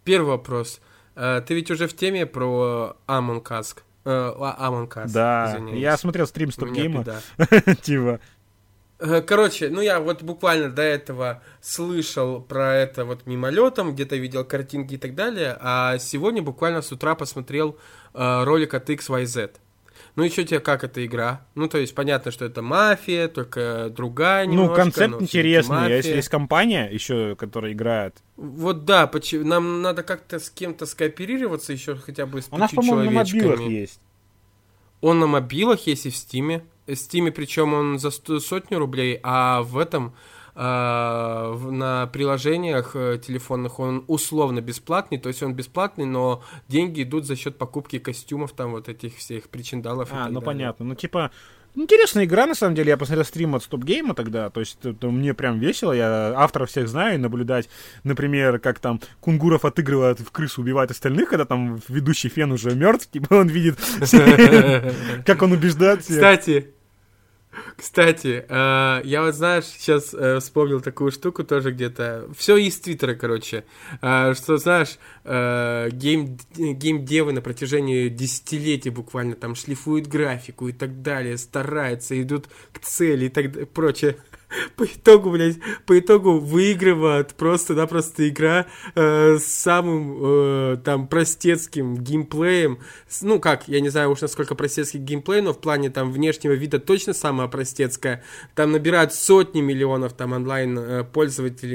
Первый вопрос. Ты ведь уже в теме про Among Us. Among Us, Да, извиняюсь. я смотрел стрим Стоп-гейма. Типа. Короче, я вот буквально до этого слышал про это вот мимолетом, где-то видел картинки и так далее, а сегодня буквально с утра посмотрел ролик от XYZ. Ну и что тебе, как эта игра? Ну, то есть, понятно, что это мафия, только другая немножко. Концепт интересный, а если есть компания еще, которая играет. Вот да, нам надо как-то с кем-то скооперироваться еще хотя бы с 5 человечками. У нас, по-моему, на мобилах есть. Он на мобилах есть и в Стиме. В Стиме, причем он за 100 рублей, а в этом на приложениях телефонных он условно бесплатный, то есть он бесплатный, но деньги идут за счет покупки костюмов, там вот этих всех причиндалов и так далее. Понятно. Интересная игра, на самом деле. Я посмотрел стрим от Стоп-гейма тогда, то есть это мне прям весело, я авторов всех знаю, и наблюдать, например, как там Кунгуров отыгрывает в крысу, убивает остальных, когда там ведущий Фен уже мертв, типа он видит, как он убеждает всех. Кстати, я вот, знаешь, сейчас вспомнил такую штуку тоже где-то. Все из Твиттера, короче. Что, знаешь, гейм-девы на протяжении десятилетий буквально там шлифуют графику и так далее, стараются, идут к цели и так прочее. По итогу выигрывает просто-напросто игра с самым там простецким геймплеем. Ну как, я не знаю уж насколько простецкий геймплей, но в плане там внешнего вида точно самая простецкая. Там набирают сотни миллионов там онлайн пользователей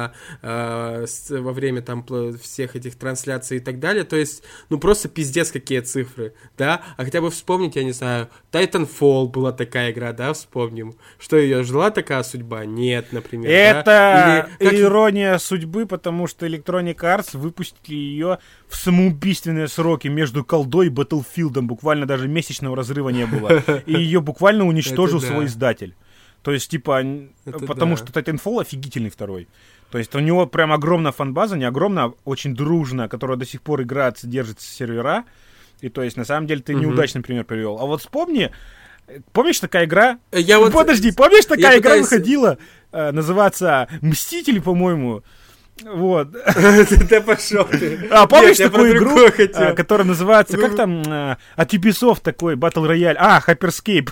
во время там всех этих трансляций и так далее. То есть, просто пиздец какие цифры, да? А хотя бы вспомнить, я не знаю, Titanfall была такая игра, да, вспомним. Что ее жила такая судьба? Нет, например. Это ирония судьбы, потому что Electronic Arts выпустили ее в самоубийственные сроки между колдой и Battlefield. Буквально даже месячного разрыва не было. И ее буквально уничтожил свой издатель. То есть, потому что Titanfall офигительный второй. То есть у него прям огромная фан-база, не огромная, а очень дружная, которая до сих пор играет, содержит сервера. И то есть, на самом деле, ты неудачный пример привел. А вот вспомни, помнишь такая игра? Помнишь такая игра выходила? Называется «Мстители», по-моему. Вот. Да пошел ты. Помнишь такую игру, которая называется, как там, от Ubisoft такой, Battle Royale? Hyperscape.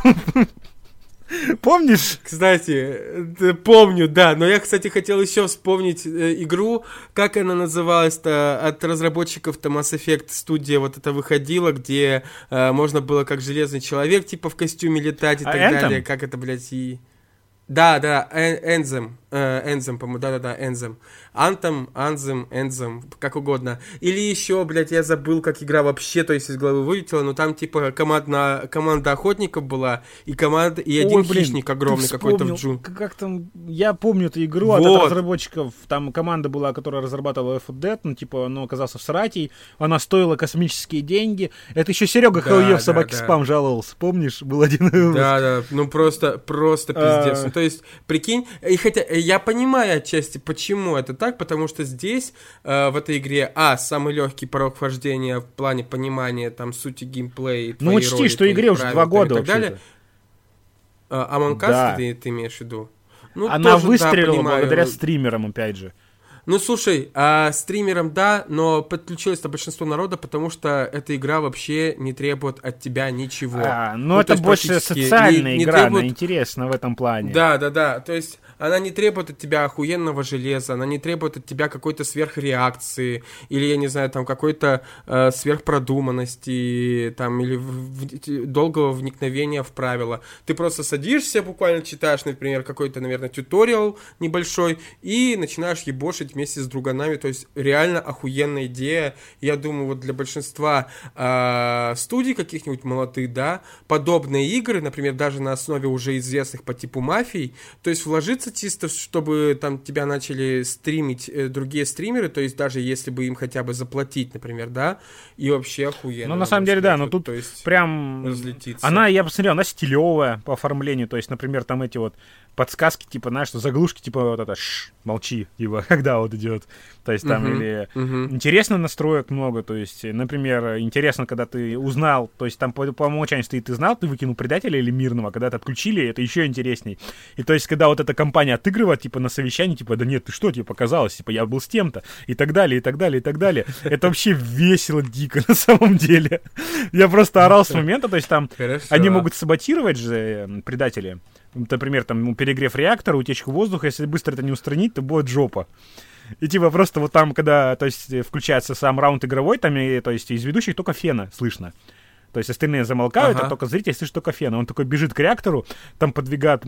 Помнишь? Кстати, помню, да. Но я, кстати, хотел еще вспомнить игру, как она называлась-то, от разработчиков-то Mass Effect студия вот это выходила, где можно было как Железный Человек, типа, в костюме летать и так далее. Как это, блядь, и... Да, Anthem, по-моему, да, Anthem. Anthem, как угодно. Или еще, блядь, я забыл, как игра вообще, то есть из головы вылетела, но там, типа, команда охотников была, и один хищник огромный какой-то в джун. Как там, я помню эту игру от разработчиков, там команда была, которая разрабатывала Left 4 Dead, он оказался в срате, она стоила космические деньги. Это еще Серега Хауев собаки спам жаловался, помнишь? Был один выпуск. Да, просто пиздец. То есть, прикинь, и хотя я понимаю отчасти, почему это так, потому что здесь, в этой игре, самый легкий порог вхождения в плане понимания там сути геймплея. Ну, учти, что игре уже 2 года вообще-то. Among Us ты имеешь в виду? Она выстрелила благодаря стримерам, опять же. Ну, слушай, стримерам да, но подключилось-то большинство народа, потому что эта игра вообще не требует от тебя ничего. Это больше социальная игра, она интересна в этом плане. Да, то есть она не требует от тебя охуенного железа, она не требует от тебя какой-то сверхреакции, или, я не знаю, там, какой-то сверхпродуманности, там, или долгого вникновения в правила. Ты просто садишься, буквально читаешь, например, какой-то, наверное, туториал небольшой, и начинаешь ебошить вместе с друганами, то есть реально охуенная идея. Я думаю, вот для большинства студий каких-нибудь молодых, да, подобные игры, например, даже на основе уже известных по типу мафий, то есть вложиться чисто, чтобы там тебя начали стримить другие стримеры, то есть даже если бы им хотя бы заплатить, например, да, и вообще охуенно. Ну, на самом деле, да, но тут прям... разлетиться. Я посмотрел, она стилевая по оформлению, то есть, например, там эти вот подсказки, типа, знаешь, что заглушки, типа, вот это, молчи, типа, когда вот идет. То есть там, или интересно настроек много, то есть, например, интересно, когда ты узнал, то есть там по умолчанию стоит, ты знал, ты выкинул предателя или мирного, когда это отключили, это еще интересней. И то есть, когда вот эта компания отыгрывает, типа, на совещании, типа, да нет, ты что, тебе показалось, типа, я был с тем-то, и так далее, и так далее, и так далее. Это вообще весело дико, на самом деле. Я просто орал с момента, то есть там, они могут саботировать же предатели. Например, там, перегрев реактора, утечку воздуха, если быстро это не устранить, то будет жопа. И типа просто вот там, когда, то есть, включается сам раунд игровой, там, то есть, из ведущих только Фена слышно. То есть остальные замолкают, а только зритель слышит только Фена. Он такой бежит к реактору, там подвигает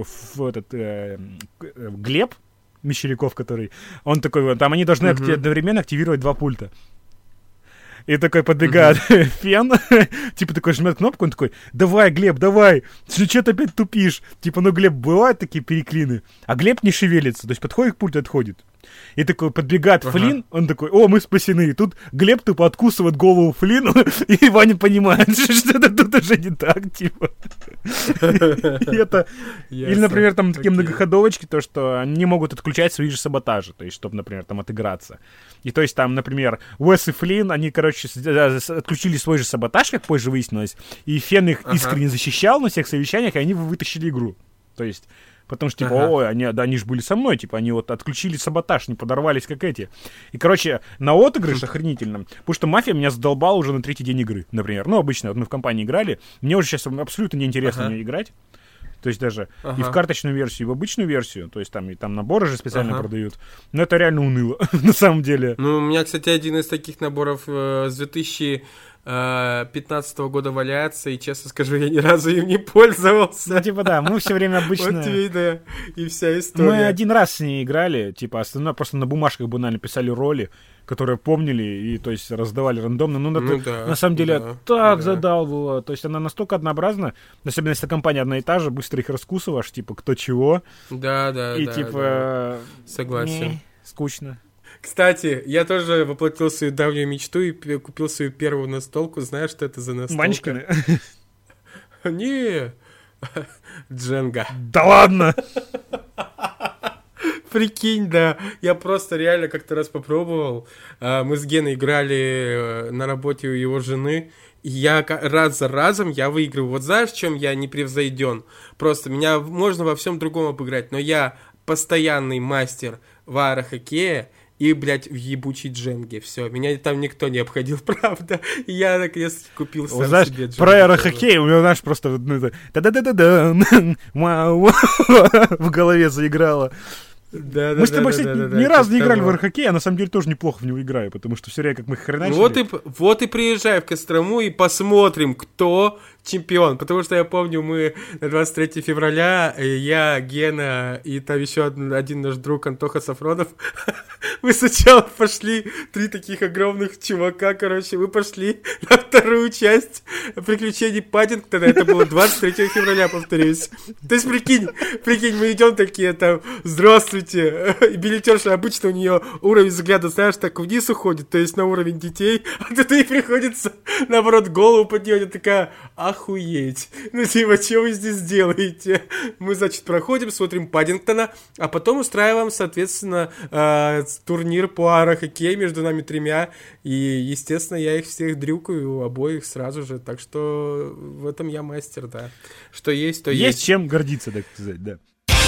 Глеб Мещеряков, который... Он такой, там они должны одновременно активировать 2 пульта. И такой подбегает Фен, типа такой жмет кнопку, он такой, давай, Глеб, давай, что ты опять тупишь? Типа, ну, Глеб, бывают такие переклины, а Глеб не шевелится, то есть подходит к пульту, отходит. И такой подбегает Флинн, он такой, о, мы спасены. И тут Глеб тупо откусывает голову Флинну, и Ваня понимает, что это тут уже не так, типа. Или, например, там такие многоходовочки, то, что они могут отключать свои же саботажи, то есть, чтобы, например, там отыграться. И то есть там, например, Уэс и Флинн, они, короче, отключили свой же саботаж, как позже выяснилось, и Фен их искренне защищал на всех совещаниях, и они вытащили игру. То есть... Потому что, типа, ой, они же были со мной, типа, они вот отключили саботаж, не подорвались, как эти. И, короче, на отыгрыш охренительно. Потому что Мафия меня задолбала уже на 3-й день игры, например. Ну, обычно, вот мы в компании играли, мне уже сейчас абсолютно неинтересно в нее играть. То есть даже и в карточную версию, и в обычную версию. То есть там и там наборы же специально продают. Но это реально уныло, на самом деле. Ну, у меня, кстати, один из таких наборов с 2015 года валяется, и, честно скажу, я ни разу им не пользовался. Ну, типа, да, мы все время обычно... Вот тебе, да, и вся история. Мы один раз с ней играли, типа, остальное просто на бумажках банально писали роли, которые помнили, и, то есть, раздавали рандомно. Ну, это, на самом деле, так задалбывало. То есть, она настолько однообразна, особенно если компания одна и та же, быстро их раскусываешь, типа, кто чего. Да. И, типа... Согласен. Скучно. Кстати, я тоже воплотил свою давнюю мечту и купил свою первую настолку. Знаешь, что это за настолка? Манчкины? Не, Дженга. Да ладно! Прикинь, да. Я просто реально как-то раз попробовал. Мы с Геной играли на работе у его жены. И я раз за разом я выигрываю. Вот знаешь, в чем я непревзойден? Просто меня можно во всем другом обыграть. Но я постоянный мастер в аэрохоккее и, блядь, в ебучей Дженге. Все, меня там никто не обходил, правда. И я наконец купил сам знаешь, себе Дженгу. Про аэрохоккей у меня, знаешь, просто в голове заиграло. Да, мы с тобой, кстати, ни разу не играли в аэрохоккей, я на самом деле тоже неплохо в него играю, потому что все время, как мы хреначили... Вот и приезжай в Кострому и посмотрим, кто чемпион. Потому что я помню, мы на 23 февраля, я, Гена и там еще один наш друг Антоха Сафронов, мы сначала пошли, 3 таких огромных чувака, короче, мы пошли на вторую часть приключений Паддингтона, это было 23 февраля, повторюсь. То есть, прикинь, мы идем такие там, здравствуйте, и билетерша обычно у нее уровень взгляда, знаешь, так вниз уходит, то есть на уровень детей, а тут ей приходится, наоборот, голову поднимать, такая, охуеть, ну типа, что вы здесь делаете? Мы, значит, проходим, смотрим Паддингтона, а потом устраиваем, соответственно, турнир по аэрохоккею между нами 3, и, естественно, я их всех дрюкаю, обоих сразу же, так что в этом я мастер, да. Что есть, то есть. Есть чем гордиться, так сказать, да.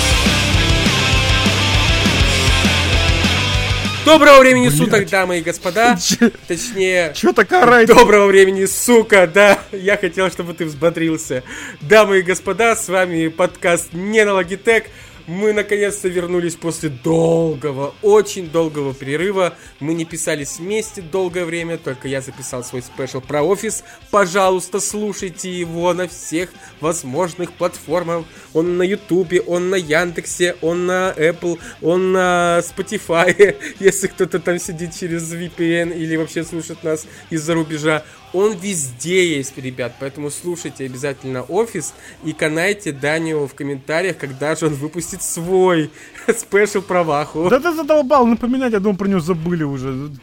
Доброго времени суток, дамы и господа. Точнее... Чё так орать? Доброго времени, сука, да. Я хотел, чтобы ты взбодрился. Дамы и господа, с вами подкаст «Не на Logitech». Мы наконец-то вернулись после долгого, очень долгого перерыва. Мы не писались вместе долгое время, только я записал свой спешл про офис. Пожалуйста, слушайте его на всех возможных платформах. Он на Ютубе, он на Яндексе, он на Apple, он на Spotify, если кто-то там сидит через VPN или вообще слушает нас из-за рубежа. Он везде есть, ребят, поэтому слушайте обязательно офис и канайте Даню в комментариях, когда же он выпустит свой спешл про Ваху. Да ты задолбал напоминать, я думал, про него забыли уже.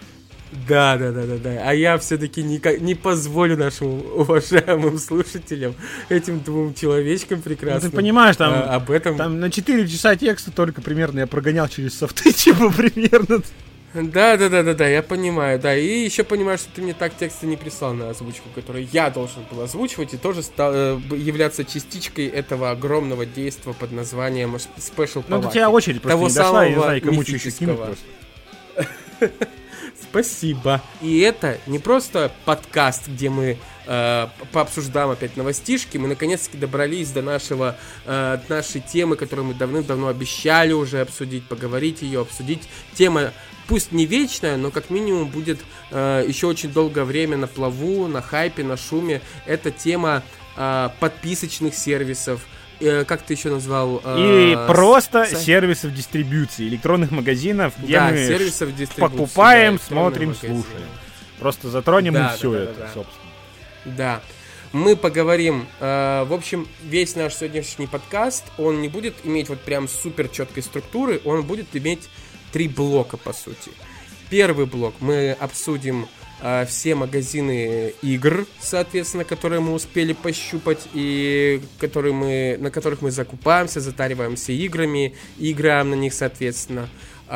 Да. А я все-таки не позволю нашим уважаемым слушателям, этим двум человечкам прекрасным. Ну, ты понимаешь, там, об этом... там на 4 часа текста только примерно я прогонял через софты, типа, примерно. Да, я понимаю, да. И еще понимаю, что ты мне так тексты не прислал на озвучку, который я должен был озвучивать, и тоже стал являться частичкой этого огромного действа под названием Special Pavaki. Ну, до тебя очередь просто того не дошла, я не знаю, кому мифического. еще кинуть просто. Спасибо. И это не просто подкаст, где мы пообсуждаем опять новостишки. Мы наконец-таки добрались до нашей темы, которую мы давным-давно обещали уже обсудить, поговорить ее, обсудить. Тема пусть не вечная, но как минимум будет еще очень долгое время на плаву, на хайпе, на шуме. Это тема подписочных сервисов. Как ты еще назвал? Просто сервисов дистрибьюции, электронных магазинов, где мы покупаем, смотрим, слушаем. Просто затронем и все это, собственно. Да. Мы поговорим, в общем, весь наш сегодняшний подкаст, он не будет иметь вот прям супер четкой структуры, он будет иметь 3 блока, по сути. Первый блок мы обсудим все магазины игр, соответственно, которые мы успели пощупать и на которых мы закупаемся, затариваемся играми и играем на них, соответственно.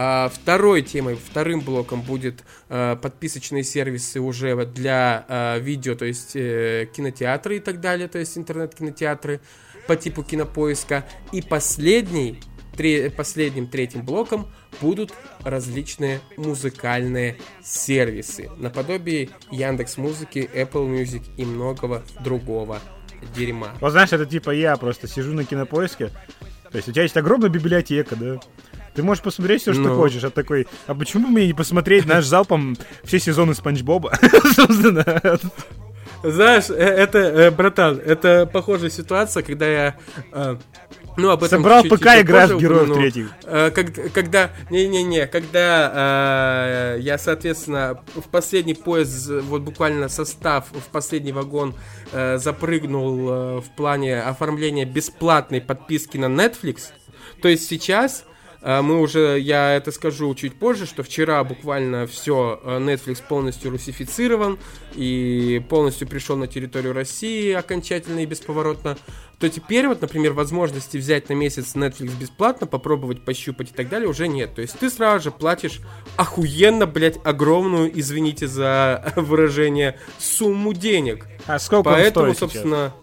Вторым блоком будет подписочные сервисы уже для видео, то есть кинотеатры и так далее, то есть интернет-кинотеатры по типу Кинопоиска. И последним третьим блоком будут различные музыкальные сервисы наподобие Яндекс.Музыки, Apple Music и многого другого дерьма. Вот знаешь, это типа я просто сижу на Кинопоиске, то есть у тебя есть огромная библиотека, да? Ты можешь посмотреть все, что хочешь, а такой, а почему бы мне не посмотреть наш залпом все сезоны Спанч Боба? Знаешь, братан, это похожая ситуация, когда я... об этом собрал ПК, играешь в героев третьих. Когда я, соответственно, в последний поезд, вот буквально состав, в последний вагон запрыгнул в плане оформления бесплатной подписки на Netflix, то есть сейчас... я это скажу чуть позже, что вчера буквально все, Netflix полностью русифицирован и полностью пришел на территорию России окончательно и бесповоротно, то теперь вот, например, возможности взять на месяц Netflix бесплатно, попробовать, пощупать и так далее уже нет. То есть ты сразу же платишь охуенно, блять, огромную, извините за выражение, сумму денег. А сколько Поэтому, он стоит собственно...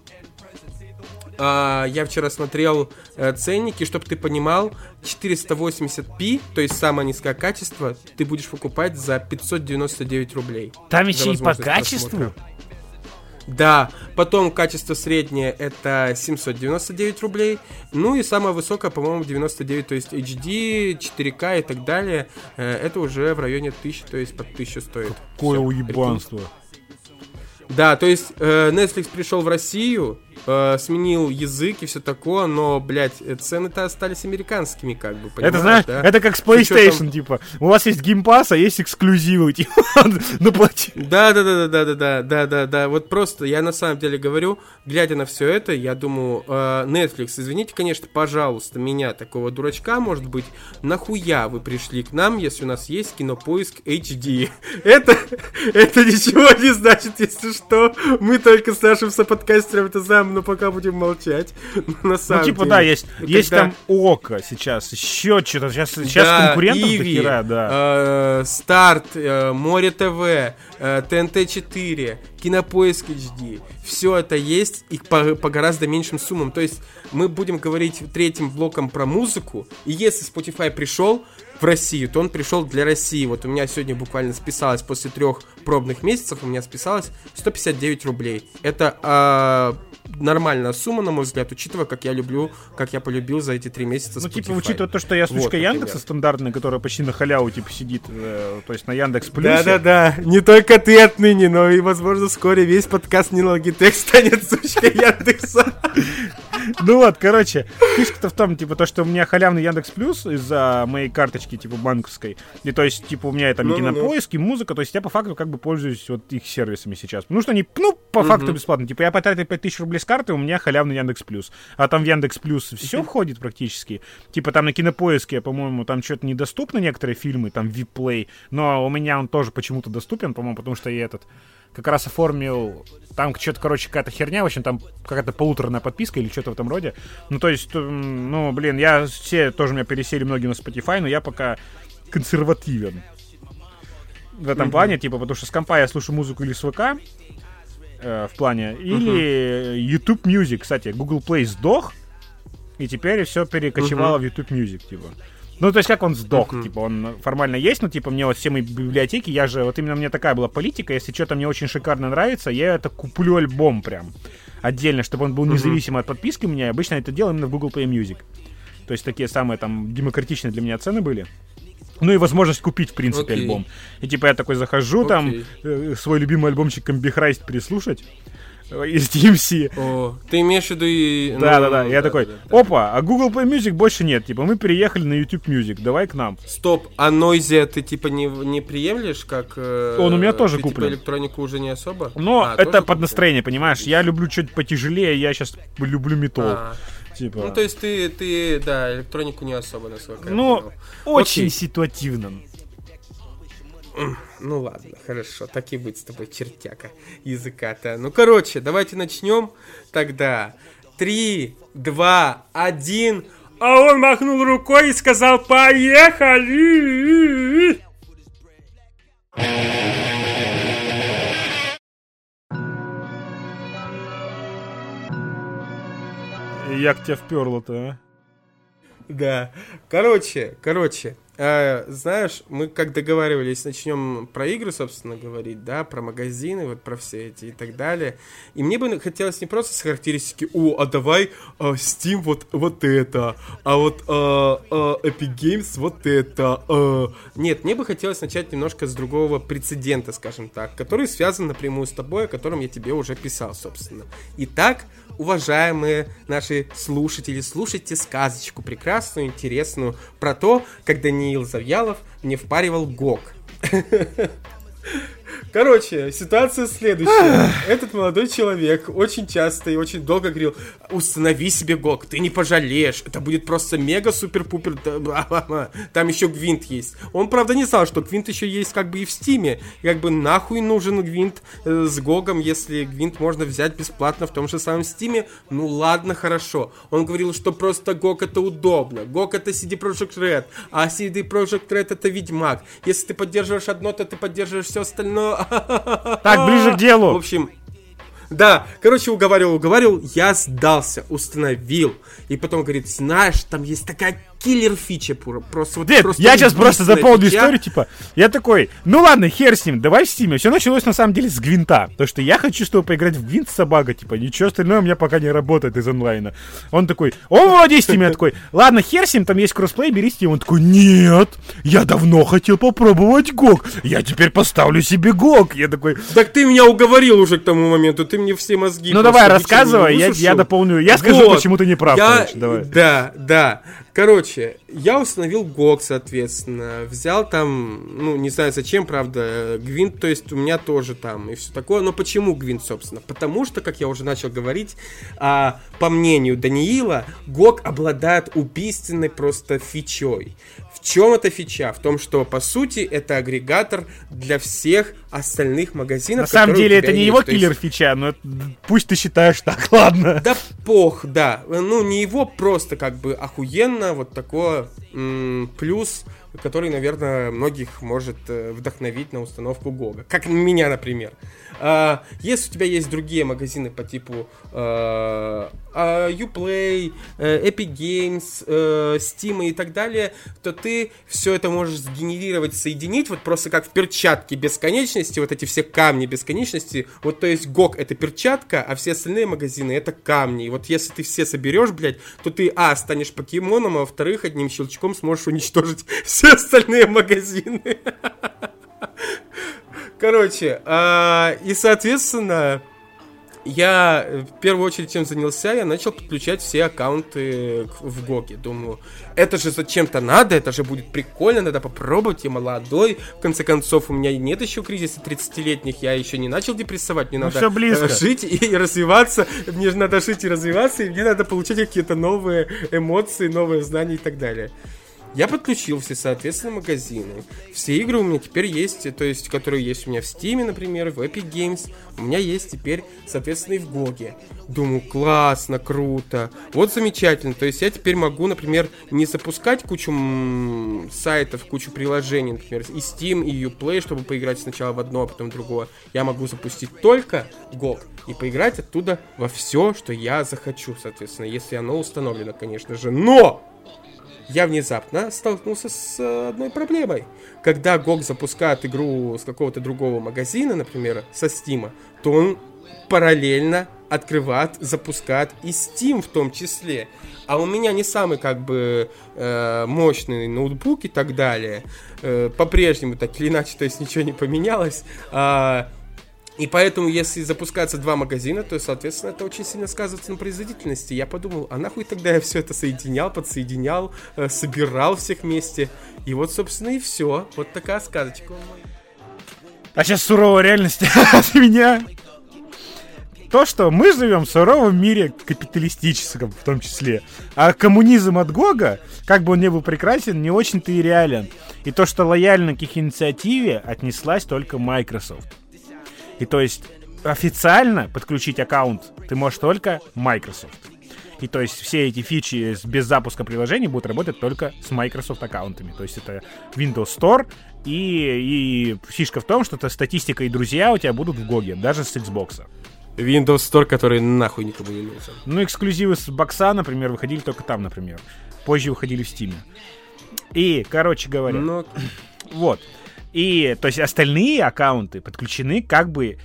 Я вчера смотрел ценники, чтобы ты понимал, 480p, то есть самое низкое качество, ты будешь покупать за 599 рублей. Там еще и по качеству? Просмотра. Да, потом качество среднее это 799 рублей, ну и самое высокое, по-моему, 99, то есть HD, 4К и так далее, это уже в районе 1000, то есть под 1000 стоит. Какое уебанство. Да, то есть Netflix пришел в Россию, сменил язык и все такое, но, блядь, цены-то остались американскими, как бы, понимаешь, это, знаешь, да? Это как с PlayStation, типа, у вас есть геймпасс, а есть эксклюзивы, типа, наплати. Да, вот просто, я на самом деле говорю, глядя на все это, я думаю, Netflix, извините, конечно, пожалуйста, меня, такого дурачка, может быть, нахуя вы пришли к нам, если у нас есть Кинопоиск HD? Это ничего не значит, если что, мы только с нашим соподкастером это знаем, но пока будем молчать. На самом деле. Да, есть там ОКО сейчас, еще что-то. Сейчас конкурентов дохера, да. Старт, Море ТВ, ТНТ-4, Кинопоиск HD. Все это есть и по гораздо меньшим суммам. То есть мы будем говорить третьим блоком про музыку. И если Spotify пришел в Россию, то он пришел для России. Вот у меня сегодня буквально списалось после 3 пробных месяцев, у меня списалось 159 рублей. Это нормальная сумма, на мой взгляд, учитывая, как я полюбил за эти 3 месяца Spotify. Ну, типа, учитывая то, что я сучка Яндекса стандартная, которая почти на халяву, типа, сидит, то есть на Яндекс.Плюсе. Да, не только ты отныне, но и, возможно, вскоре весь подкаст не Logitech станет сучкой Яндекса. Ну вот, короче, фишка-то в том, типа, то, что у меня халявный Яндекс Плюс из-за моей карточки, типа, банковской. И то есть, типа, у меня там Кинопоиск и музыка, то есть я по факту как бы пользуюсь вот их сервисами сейчас. Потому что они, по факту бесплатно. Типа, я потратил 5000 рублей с карты, у меня халявный Яндекс Плюс. А там в Яндекс Плюс все входит практически. Типа, там на Кинопоиске, по-моему, там что-то недоступны некоторые фильмы, там Виплей, но у меня он тоже почему-то доступен, по-моему, потому что я как раз оформил, там что-то, короче, какая-то херня, в общем, там какая-то полуторная подписка или что-то в этом роде. Ну, то есть, ну, блин, все тоже меня пересели многие на Spotify, но я пока консервативен в этом плане, типа, потому что с компа я слушаю музыку или с ВК, в плане, или YouTube Music, кстати, Google Play сдох, и теперь все перекочевало в YouTube Music, типа. Ну, то есть, как он сдох, типа, он формально есть, но, типа, мне вот все мои библиотеки, вот именно у меня такая была политика, если что-то мне очень шикарно нравится, я это куплю альбом прям отдельно, чтобы он был независим от подписки у меня, и обычно это делаю именно в Google Play Music. То есть, такие самые, там, демократичные для меня цены были. Ну, и возможность купить, в принципе, альбом. И, типа, я такой захожу, там, свой любимый альбомчик Комбихрайст переслушать, из DMC. О, ты имеешь в виду и... Да. Я такой, опа, а Google Play Music больше нет. Типа, мы переехали на YouTube Music, давай к нам. Стоп, а Noisia ты, типа, не приемлешь, как... Он у меня тоже куплен. Типа, электронику уже не особо? Но это под настроение, понимаешь? Я люблю что-то потяжелее, я сейчас люблю металл. Типа... Ну, то есть ты, да, электронику не особо, насколько я понял. Очень ситуативно. Ну ладно, хорошо, так и быть с тобой, чертяка языка-то. Ну, короче, давайте начнем тогда. 3, 2, 1. А он махнул рукой и сказал: поехали! Як тебя вперло-то, а? Да, короче, знаешь, мы как договаривались, начнем про игры, собственно, говорить, да, про магазины, вот про все эти и так далее. И мне бы хотелось не просто с характеристики: а давай Steam вот это, а вот Epic Games вот это. Нет, мне бы хотелось начать немножко с другого прецедента, скажем так, который связан напрямую с тобой, о котором я тебе уже писал, собственно. Итак, уважаемые наши слушатели, слушайте сказочку прекрасную, интересную про то, как Даниил Завьялов мне впаривал GOG. Короче, ситуация следующая. Этот молодой человек очень часто и очень долго говорил: установи себе GOG, ты не пожалеешь, это будет просто мега-супер-пупер. Там еще Гвинт есть. Он, правда, не знал, что Гвинт еще есть как бы и в Стиме. Как бы нахуй нужен Гвинт с GOG, если Гвинт можно взять бесплатно в том же самом Стиме. Ну ладно, хорошо. Он говорил, что просто GOG это удобно. GOG это CD Projekt Red, а CD Projekt Red это Ведьмак. Если ты поддерживаешь одно, то ты поддерживаешь все остальное. Так, ближе к делу. В общем, да, короче, уговаривал, я сдался, установил. И потом говорит: знаешь, там есть такая киллер-фича просто. Дед, просто я сейчас просто заполню историю, типа, я такой, ну ладно, хер с ним, давай в Стиме. Все началось на самом деле с Гвинта, потому что я хочу, чтобы поиграть в Гвинт собака, типа, ничего остального у меня пока не работает из онлайна. Он такой, он вроде Стиме, я такой, ладно, хер с ним, там есть кроссплей, бери Стим. Он такой, нет, я давно хотел попробовать GOG, я теперь поставлю себе GOG. Я такой, так ты меня уговорил уже к тому моменту, ты мне все мозги. Ну давай, рассказывай, я дополню, я скажу, вот, почему ты не прав. Давай. Да. Короче, я установил GOG, соответственно, взял там, ну, не знаю зачем, правда, Гвинт, то есть у меня тоже там и все такое. Но почему Гвинт, собственно? Потому что, как я уже начал говорить, по мнению Даниила, GOG обладает убийственной просто фичой. В чем эта фича? В том, что, по сути, это агрегатор для всех остальных магазинов. На самом деле, это не его киллер-фича, но пусть ты считаешь так, ладно. Да пох, да. Ну, не его, просто как бы охуенно, вот такое плюс, который, наверное, многих может вдохновить на установку GOG. Как меня, например. Если у тебя есть другие магазины по типу Uplay, Epic Games, Steam и так далее, то ты все это можешь сгенерировать, соединить, вот просто как в перчатке бесконечности, вот эти все камни бесконечности, вот то есть GOG это перчатка, а все остальные магазины это камни. И вот если ты все соберешь, блядь, то ты, станешь покемоном, а во-вторых, одним щелчком сможешь уничтожить все остальные магазины. Короче, и соответственно, я в первую очередь чем занялся, я начал подключать все аккаунты в Гоге. Думаю, это же зачем-то надо, это же будет прикольно, надо попробовать, я молодой. В конце концов, у меня нет еще кризиса 30-летних, я еще не начал депрессовать, мне надо жить и развиваться, мне же надо жить и развиваться, и мне надо получать какие-то новые эмоции, новые знания и так далее. Я подключил все, соответственно, магазины. Все игры у меня теперь есть, то есть, которые есть у меня в Steam, например, в Epic Games. У меня есть теперь, соответственно, и в Гоге. Думаю, классно, круто. Вот замечательно. То есть, я теперь могу, например, не запускать кучу сайтов, кучу приложений, например, и Steam, и Uplay, чтобы поиграть сначала в одно, а потом в другое. Я могу запустить только GOG и поиграть оттуда во все, что я захочу, соответственно, если оно установлено, конечно же. Но! Я внезапно столкнулся с одной проблемой. Когда GOG запускает игру с какого-то другого магазина, например, со Steam, то он параллельно открывает, запускает и Steam в том числе. А у меня не самый мощный ноутбук и так далее. По-прежнему так или иначе, то есть ничего не поменялось. И поэтому, если запускаться два магазина, то, соответственно, это очень сильно сказывается на производительности. Я подумал, а нахуй тогда я все это подсоединял, собирал всех вместе. И вот, собственно, и все. Вот такая сказочка. А сейчас суровая реальность от меня. То, что мы живем в суровом мире капиталистическом, в том числе. А коммунизм от Гога, как бы он ни был прекрасен, не очень-то и реален. И то, что лояльно к их инициативе отнеслась только Microsoft. И то есть официально подключить аккаунт ты можешь только Microsoft. И то есть все эти фичи без запуска приложений будут работать только с Microsoft аккаунтами. То есть это Windows Store, и фишка в том, что статистика и друзья у тебя будут в Гоге, даже с Xbox. Windows Store, который нахуй никому не нужен. Ну, эксклюзивы с бокса, например, выходили только там, например. Позже выходили в Steam. И, короче говоря, вот. И, то есть, остальные аккаунты подключены как бы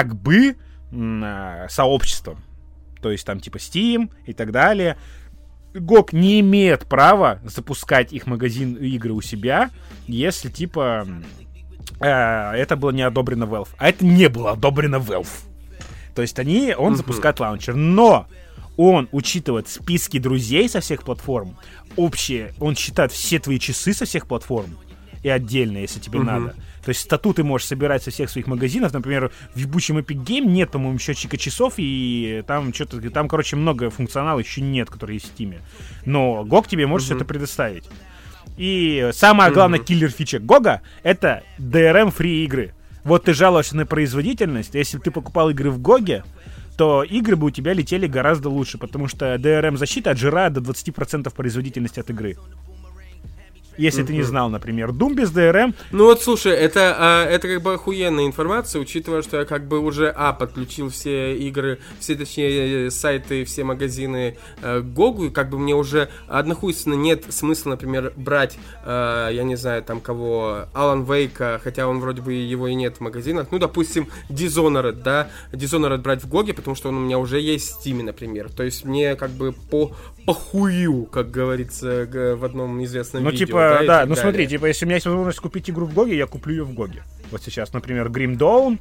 сообществом. То есть, там, типа, Steam и так далее. GOG не имеет права запускать их магазин игры у себя, если, типа, это было не одобрено Valve. А это не было одобрено Valve. То есть, он запускает лаунчер. Но он учитывает списки друзей со всех платформ. Общие, он считает все твои часы со всех платформ. И отдельно, если тебе надо. То есть статуты можешь собирать со всех своих магазинов. Например, в ебучем Epic Game нет, по-моему, счетчика часов, и там короче, много функционала еще нет, который есть в Steam. Но GOG тебе может все это предоставить. И самая главная киллер-фича GOG — это DRM-фри игры. Вот ты жалуешься на производительность, если бы ты покупал игры в GOG, то игры бы у тебя летели гораздо лучше, потому что DRM-защита отжирает до 20% производительности от игры. Если ты не знал, например, Doom без DRM. Ну вот, слушай, это как бы охуенная информация, учитывая, что я как бы уже подключил все игры, все, точнее, сайты, все магазины к GOG, и как бы мне уже однохуйственно нет смысла, например, брать, я не знаю, там кого, Alan Wake, хотя он вроде бы его и нет в магазинах, ну, допустим, Dishonored, да, Dishonored брать в GOG, потому что он у меня уже есть в Steam, например, то есть мне как бы похую, как говорится в одном известном видео. Типа, да, ну смотри, типа, если у меня есть возможность купить игру в Гоге, я куплю ее в Гоге. Вот сейчас, например, Grim Dawn,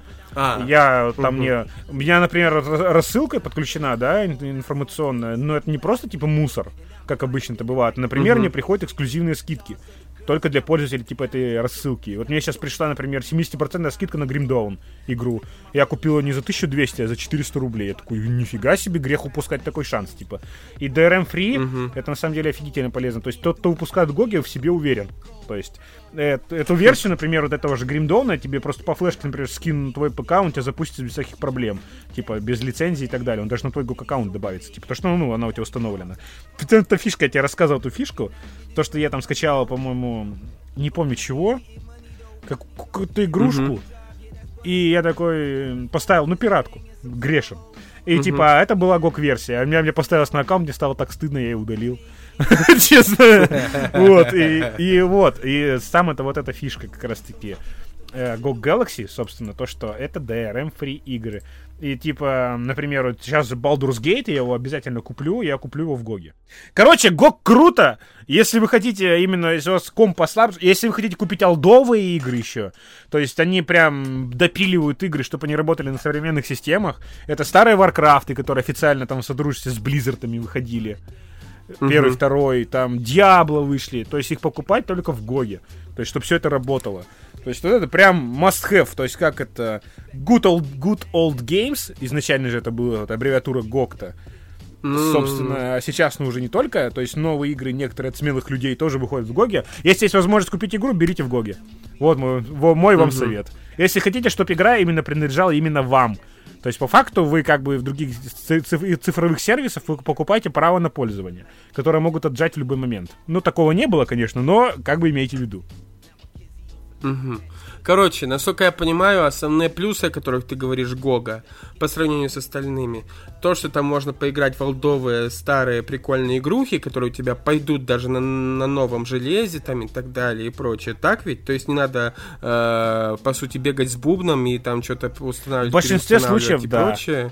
у меня, например, рассылка подключена, да, информационная, но это не просто, типа, мусор, как обычно это бывает. Например, мне приходят эксклюзивные скидки. Только для пользователей типа этой рассылки. Вот мне сейчас пришла, например, 70% скидка на Grim Dawn игру. Я купил ее не за 1200, а за 400 рублей. Я такой, нифига себе, грех упускать такой шанс, типа. И DRM-free, это на самом деле офигительно полезно. То есть тот, кто выпускает GOG, в себе уверен. То есть эту версию, например, вот этого же Grim Dawn, тебе просто по флешке, например, скину на твой ПК, он тебя запустится без всяких проблем. Типа, без лицензии и так далее. Он даже на твой GOG-аккаунт добавится. Типа, потому что, она у тебя установлена. Эта фишка, я тебе рассказывал эту фишку. То, что я там скачал, по-моему, не помню чего, какую-то игрушку. И я такой поставил, пиратку, грешен. И типа, это была GOG-версия. А мне поставилось на аккаунт, мне стало так стыдно, я ее удалил. Честно. Вот. И сам это вот эта фишка как раз-таки. GOG Galaxy, собственно, то, что это DRM-free игры. И типа, например, вот сейчас же Baldur's Gate, я его обязательно куплю, я куплю его в GOG. Короче, GOG круто, если вы хотите именно, если у вас комп послабже, если вы хотите купить олдовые игры еще, то есть они прям допиливают игры, чтобы они работали на современных системах. Это старые Warcraft'ы, которые официально там в содружестве с Blizzard'ами выходили. Первый, второй, там Diablo вышли, то есть их покупать только в GOG, то есть чтобы все это работало. То есть вот это прям must have, то есть как это good old games, изначально же это была вот аббревиатура GOG-то. Собственно, сейчас уже не только, то есть новые игры некоторые от смелых людей тоже выходят в GOG. Если есть возможность купить игру, берите в GOG. Вот мой вам совет. Если хотите, чтобы игра именно принадлежала именно вам. То есть, по факту, вы как бы в других цифровых сервисах вы покупаете право на пользование, которое могут отжать в любой момент. Ну, такого не было, конечно, но как бы имейте в виду. Короче, насколько я понимаю, основные плюсы, о которых ты говоришь, Гога, по сравнению с остальными, то, что там можно поиграть в олдовые, старые, прикольные игрухи, которые у тебя пойдут даже на новом железе, там и так далее, и прочее. Так ведь? То есть не надо, по сути, бегать с бубном и там что-то устанавливать, в большинстве случаев, и да. прочее.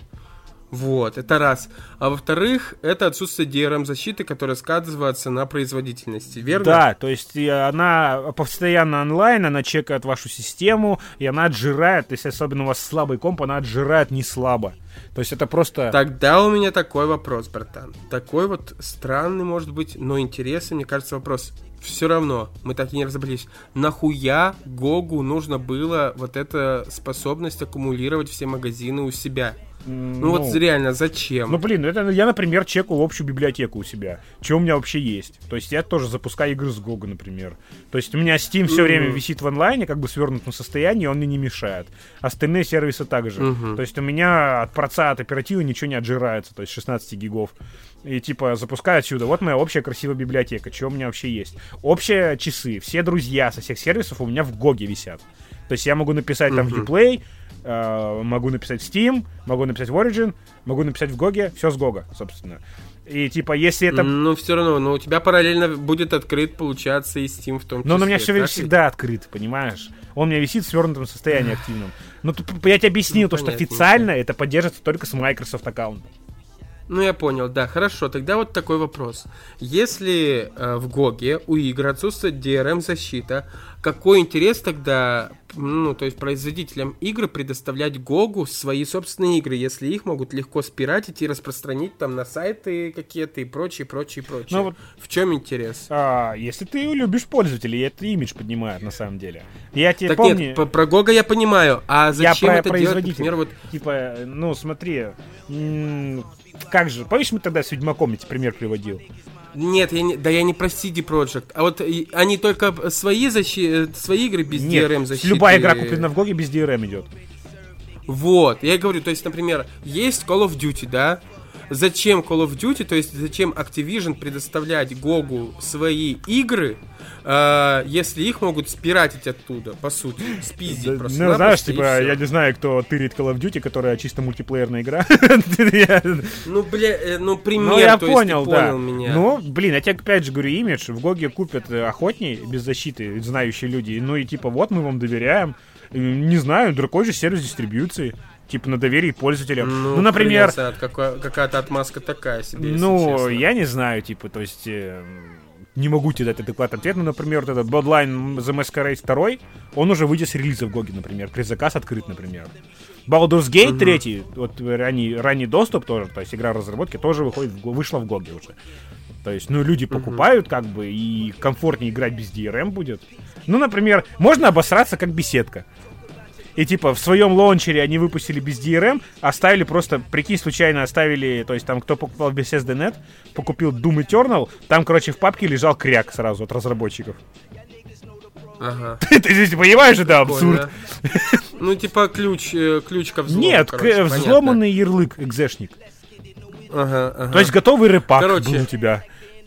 Вот, это раз. А во-вторых, это отсутствие DRM-защиты, которая сказывается на производительности, верно? Да, то есть она постоянно онлайн, она чекает вашу систему, и она отжирает, если особенно у вас слабый комп, она отжирает не слабо. То есть это просто... Тогда у меня такой вопрос, братан. Такой вот странный, может быть, но интересный, мне кажется, вопрос. Все равно, мы так и не разобрались. Нахуя Гогу нужно было вот эта способность аккумулировать все магазины у себя? Ну вот реально, зачем? Ну блин, это я, например, чекаю общую библиотеку у себя. Что у меня вообще есть? То есть я тоже запускаю игры с Гога, например. То есть у меня Steam все время висит в онлайне, как бы в свернутом состоянии, он мне не мешает. Остальные сервисы также. То есть у меня от проца, от оперативы ничего не отжирается, то есть 16 гигов. И типа запускаю отсюда. Вот моя общая красивая библиотека. Что у меня вообще есть? Общие часы. Все друзья со всех сервисов у меня в Гоге висят. То есть я могу написать там в Uplay, могу написать в Steam, могу написать в Origin, могу написать в Гоге, все с Гога, собственно. И типа, если это... Ну, все равно, но у тебя параллельно будет открыт, получаться, и Steam в том числе. Но он у меня все всегда открыт, понимаешь? Он у меня висит в свернутом состоянии активном. Ну, я тебе объяснил, то, что официально это поддерживается только с Microsoft аккаунтом. Ну, я понял, да, хорошо. Тогда вот такой вопрос. Если в Гоге у игр отсутствует DRM-защита, какой интерес тогда, ну, то есть производителям игр предоставлять Гогу свои собственные игры, если их могут легко спиратить и распространить там на сайты какие-то и прочее. Ну, вот, в чем интерес? Если ты любишь пользователей, это имидж поднимает на самом деле. Я тебе так помню... нет, про Гога я понимаю, а зачем я это делать, например, вот... Типа, ну, смотри... Как же, помнишь, мы тогда с Ведьмаком эти пример приводил? Нет, я не про CD Projekt, а вот они только свои игры без DRM-защиты. Любая игра куплена в Гоге без DRM идет. Вот, я говорю, то есть, например, есть Call of Duty, да? Зачем Call of Duty, то есть зачем Activision предоставлять Гогу свои игры, если их могут спиратить оттуда, по сути, спиздить просто. Ну, знаешь, типа, я не знаю, кто тырит Call of Duty, которая чисто мультиплеерная игра. Ну, бля, ну, пример, ну, я то понял, есть ты да. понял меня. Ну, блин, я тебе опять же говорю, имидж, в Гоге купят охотней, без защиты, знающие люди, ну и типа, вот мы вам доверяем, не знаю, другой же сервис дистрибьюции. Типа на доверии пользователям. Ну, например... Какая-то отмазка такая себе, если ну, честно. я не знаю, типа, то есть... не могу тебе дать адекватный ответ. Ну, например, вот этот Bloodline The Masquerade 2, он уже выйдет с релиза в Гоге, например. Предзаказ открыт, например. Baldur's Gate 3, вот ранний доступ тоже, то есть игра в разработке, тоже вышла в Гоге уже. То есть, ну, люди покупают, как бы, и комфортнее играть без DRM будет. Ну, например, можно обосраться, как беседка. И типа в своем лаунчере они выпустили без DRM, оставили просто, прикинь, случайно оставили, то есть там кто покупал в Bethesda.net, покупил Doom Eternal, там, короче, в папке лежал кряк сразу от разработчиков. Ага. Ты понимаешь, это абсурд. Ну, типа ключ ко взлому. Нет, взломанный ярлык, экзешник. Ага. То есть готовый рэпак был у тебя.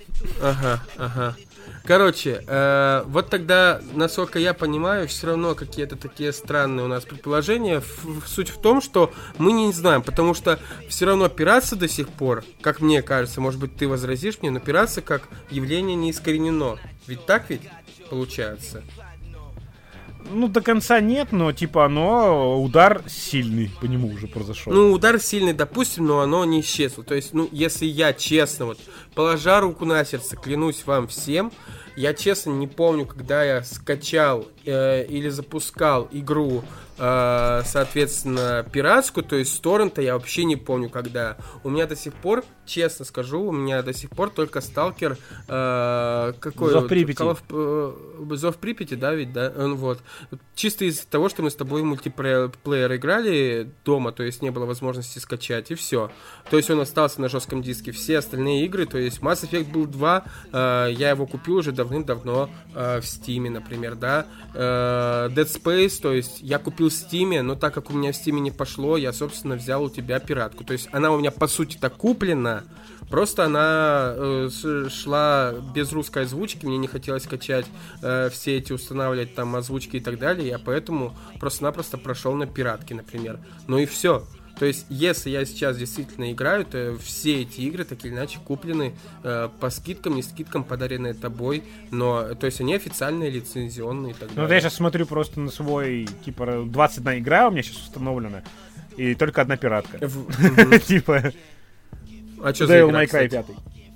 Ага. Короче, вот тогда, насколько я понимаю, все равно какие-то такие странные у нас предположения. Суть в том, что мы не знаем, потому что все равно пиратство до сих пор, как мне кажется, может быть, ты возразишь мне, но пиратство как явление не искоренено. Ведь так ведь получается? Ну, до конца нет, но, типа, удар сильный по нему уже произошел. Ну, удар сильный, допустим, но оно не исчезло. То есть, если я честно, вот, положа руку на сердце, клянусь вам всем, я честно не помню, когда я скачал или запускал игру, соответственно, пиратскую, то есть с торрента, я вообще не помню, когда. У меня до сих пор, честно скажу, у меня до сих пор только Сталкер... какой? Зов Припяти. Зов Припяти, да, ведь, да? Вот. Чисто из-за того, что мы с тобой мультиплеер играли дома, то есть не было возможности скачать, и все. То есть он остался на жестком диске. Все остальные игры, то есть Mass Effect был 2, я его купил уже давным-давно в Steam, например, да. Dead Space, то есть я купил в Steam, но так как у меня в Steam не пошло, я, собственно, взял у тебя пиратку. То есть она у меня, по сути-то, куплена, просто она шла без русской озвучки, мне не хотелось скачать все эти, устанавливать там озвучки и так далее, я поэтому просто-напросто прошел на пиратке, например. Ну и все. То есть, если я сейчас действительно играю, то все эти игры так или иначе куплены по скидкам, не скидкам, подаренные тобой, но, то есть, они официальные, лицензионные и так далее. Ну, я сейчас смотрю просто на свой, типа, 21 игра у меня сейчас установлена, и только одна пиратка. Типа, а что за игра, Devil May Cry 5.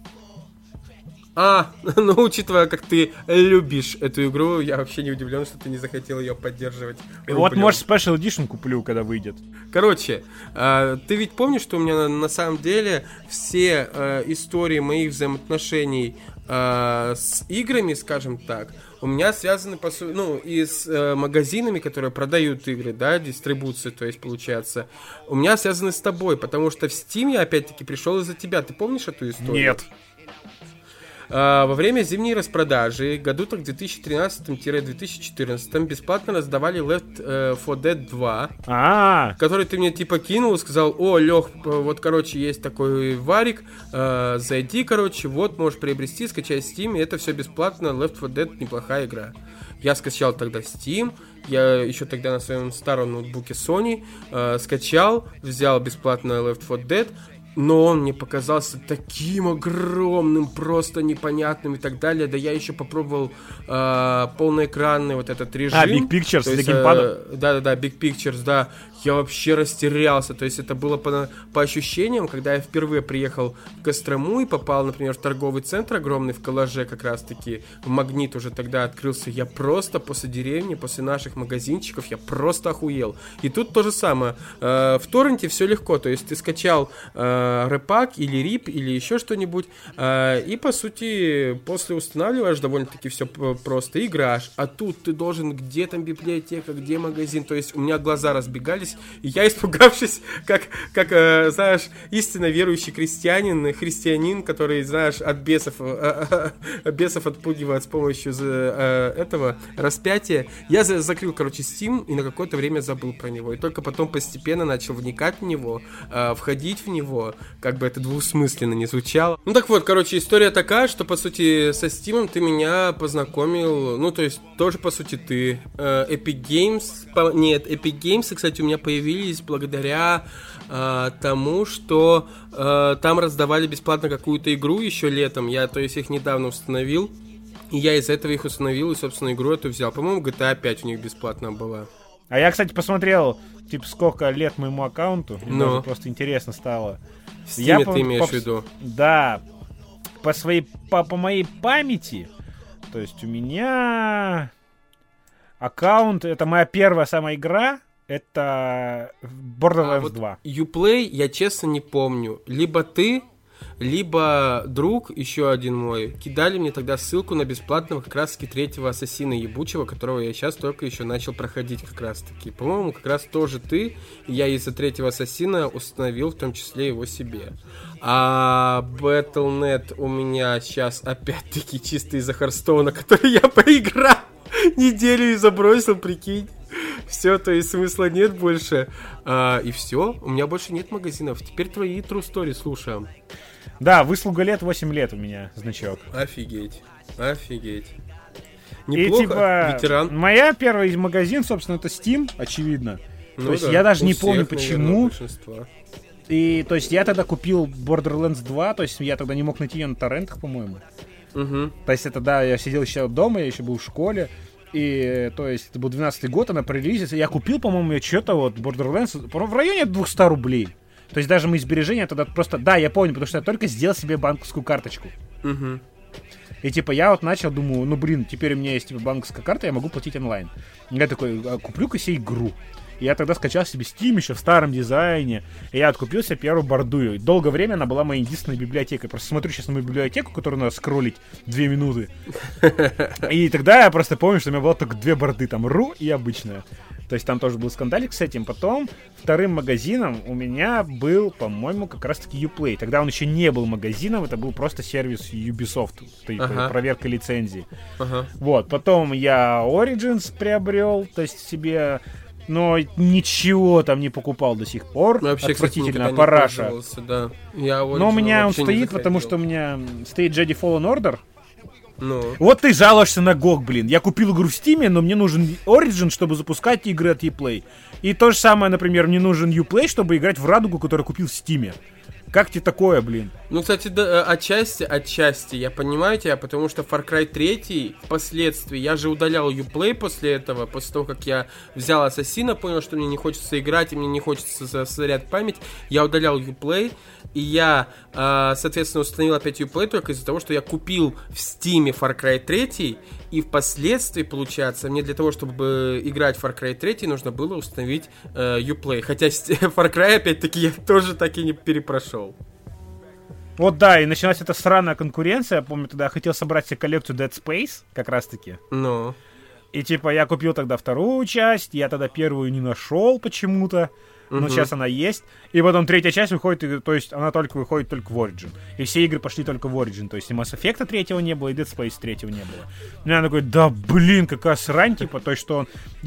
Ну, учитывая, как ты любишь эту игру, я вообще не удивлен, что ты не захотел ее поддерживать. Вот, может, Special Edition куплю, когда выйдет. Короче, ты ведь помнишь, что у меня на самом деле все истории моих взаимоотношений с играми, скажем так, у меня связаны, и с магазинами, которые продают игры, да, дистрибуции, то есть, получается, у меня связаны с тобой, потому что в Steam я, опять-таки, пришел из-за тебя. Ты помнишь эту историю? Нет. Во время зимней распродажи, году так 2013-2014, бесплатно раздавали Left 4 Dead 2, который ты мне типа кинул и сказал: о, Лех, вот, короче, есть такой варик, зайди, короче, вот, можешь приобрести, скачай Steam, и это все бесплатно, Left 4 Dead неплохая игра. Я скачал тогда Steam, я еще тогда на своем старом ноутбуке Sony скачал, взял бесплатно Left 4 Dead, но он мне показался таким огромным, просто непонятным и так далее. Да я еще попробовал полноэкранный вот этот режим. Big Pictures для геймпада? Да, Big Pictures, да. Я вообще растерялся. То есть это было по ощущениям, когда я впервые приехал в Кострому и попал, например, в торговый центр огромный в Коллаже, как раз-таки в Магнит уже тогда открылся. Я просто после деревни, после наших магазинчиков, я просто охуел. И тут то же самое. В торренте все легко. То есть ты скачал рэпак или рип или еще что-нибудь, и по сути после устанавливаешь, довольно-таки все просто играешь, а тут ты должен, где там библиотека, где магазин, то есть у меня глаза разбегались, и я, испугавшись, как знаешь, истинно верующий христианин, который, знаешь, от бесов отпугивает с помощью этого распятия, я закрыл, короче, Steam и на какое-то время забыл про него, и только потом постепенно начал вникать в него, входить в него, как бы это двусмысленно не звучало. Ну так вот, короче, история такая, что по сути со Steam ты меня познакомил, ну то есть тоже по сути ты. Epic Games, кстати, у меня появились благодаря тому, что там раздавали бесплатно какую-то игру еще летом, я, то есть, их недавно установил, и я из-за этого их установил и, собственно, игру эту взял. По-моему, GTA 5 у них бесплатно была. А я, кстати, посмотрел, типа, сколько лет моему аккаунту, и даже просто интересно стало. В Steam ты имеешь в виду? Да, по моей памяти, то есть у меня аккаунт, это моя первая самая игра, это Borderlands 2. Uplay я честно не помню. Либо ты, либо друг, еще один мой, кидали мне тогда ссылку на бесплатного как раз-таки третьего ассасина ебучего, которого я сейчас только еще начал проходить как раз-таки. По-моему, как раз тоже ты, и я из-за третьего ассасина установил в том числе его себе. А Battle.net у меня сейчас опять-таки чисто из-за Харстоуна, который я поиграл неделю и забросил, прикинь. Все, то есть смысла нет больше. И все, у меня больше нет магазинов. Теперь твои True Story слушаем. Да, выслуга лет 8 лет у меня значок. Офигеть. Неплохо, и, типа, ветеран. Моя первый магазин, собственно, это Steam, очевидно. То есть я даже не помню почему. Наверное, и то есть я тогда купил Borderlands 2, то есть я тогда не мог найти ее на торрентах, по-моему. Угу. То есть это, да, я сидел еще дома, я еще был в школе. И, то есть, это был 12-й год, она прорелизится. Я купил, по-моему, что-то вот Borderlands в районе 200 рублей. То есть, даже мои сбережения тогда просто... Да, я помню, потому что я только сделал себе банковскую карточку. Угу. И, типа, я вот начал, думаю, ну, блин, теперь у меня есть, типа, банковская карта, я могу платить онлайн. Я такой, куплю-ка себе игру. И я тогда скачал себе Steam еще в старом дизайне. И я откупил себе первую борду. И долгое время она была моей единственной библиотекой. Просто смотрю сейчас на мою библиотеку, которую надо скроллить 2 минуты. И тогда я просто помню, что у меня было только 2 борды. Там RU и обычная. То есть там тоже был скандалик с этим. Потом вторым магазином у меня был, по-моему, как раз-таки Uplay. Тогда он еще не был магазином, это был просто сервис Ubisoft. Проверка лицензии. Вот. Потом я Origins приобрел, то есть себе... Но ничего там не покупал до сих пор. Вообще, отвратительно, кстати, параша. Да. Но у меня он стоит, потому что у меня стоит Jedi Fallen Order. Ну. Вот ты жалуешься на GOG, блин. Я купил игру в Steam, но мне нужен Origin, чтобы запускать игры от Uplay. И то же самое, например, мне нужен Uplay, чтобы играть в Радугу, которую купил в Steam. Как тебе такое, блин? Ну, кстати, да, отчасти я понимаю тебя, потому что Far Cry 3 впоследствии, я же удалял Uplay после этого, после того, как я взял Ассасина, понял, что мне не хочется играть, и мне не хочется засорять память, я удалял Uplay, и я, соответственно, установил опять Uplay только из-за того, что я купил в Steam Far Cry 3, и впоследствии, получается, мне для того, чтобы играть в Far Cry 3, нужно было установить Uplay, хотя Far Cry, опять-таки, я тоже так и не перепрошел. Вот да, и началась эта сраная конкуренция. Я помню, тогда я хотел собрать себе коллекцию Dead Space, как раз-таки. Ну. И типа я купил тогда вторую часть, я тогда первую не нашел почему-то, но сейчас она есть. И потом третья часть выходит, то есть она выходит только в Origin. И все игры пошли только в Origin. То есть и Mass Effect 3 не было, и Dead Space 3 не было. И я такой, да блин, какая срань, типа, то есть что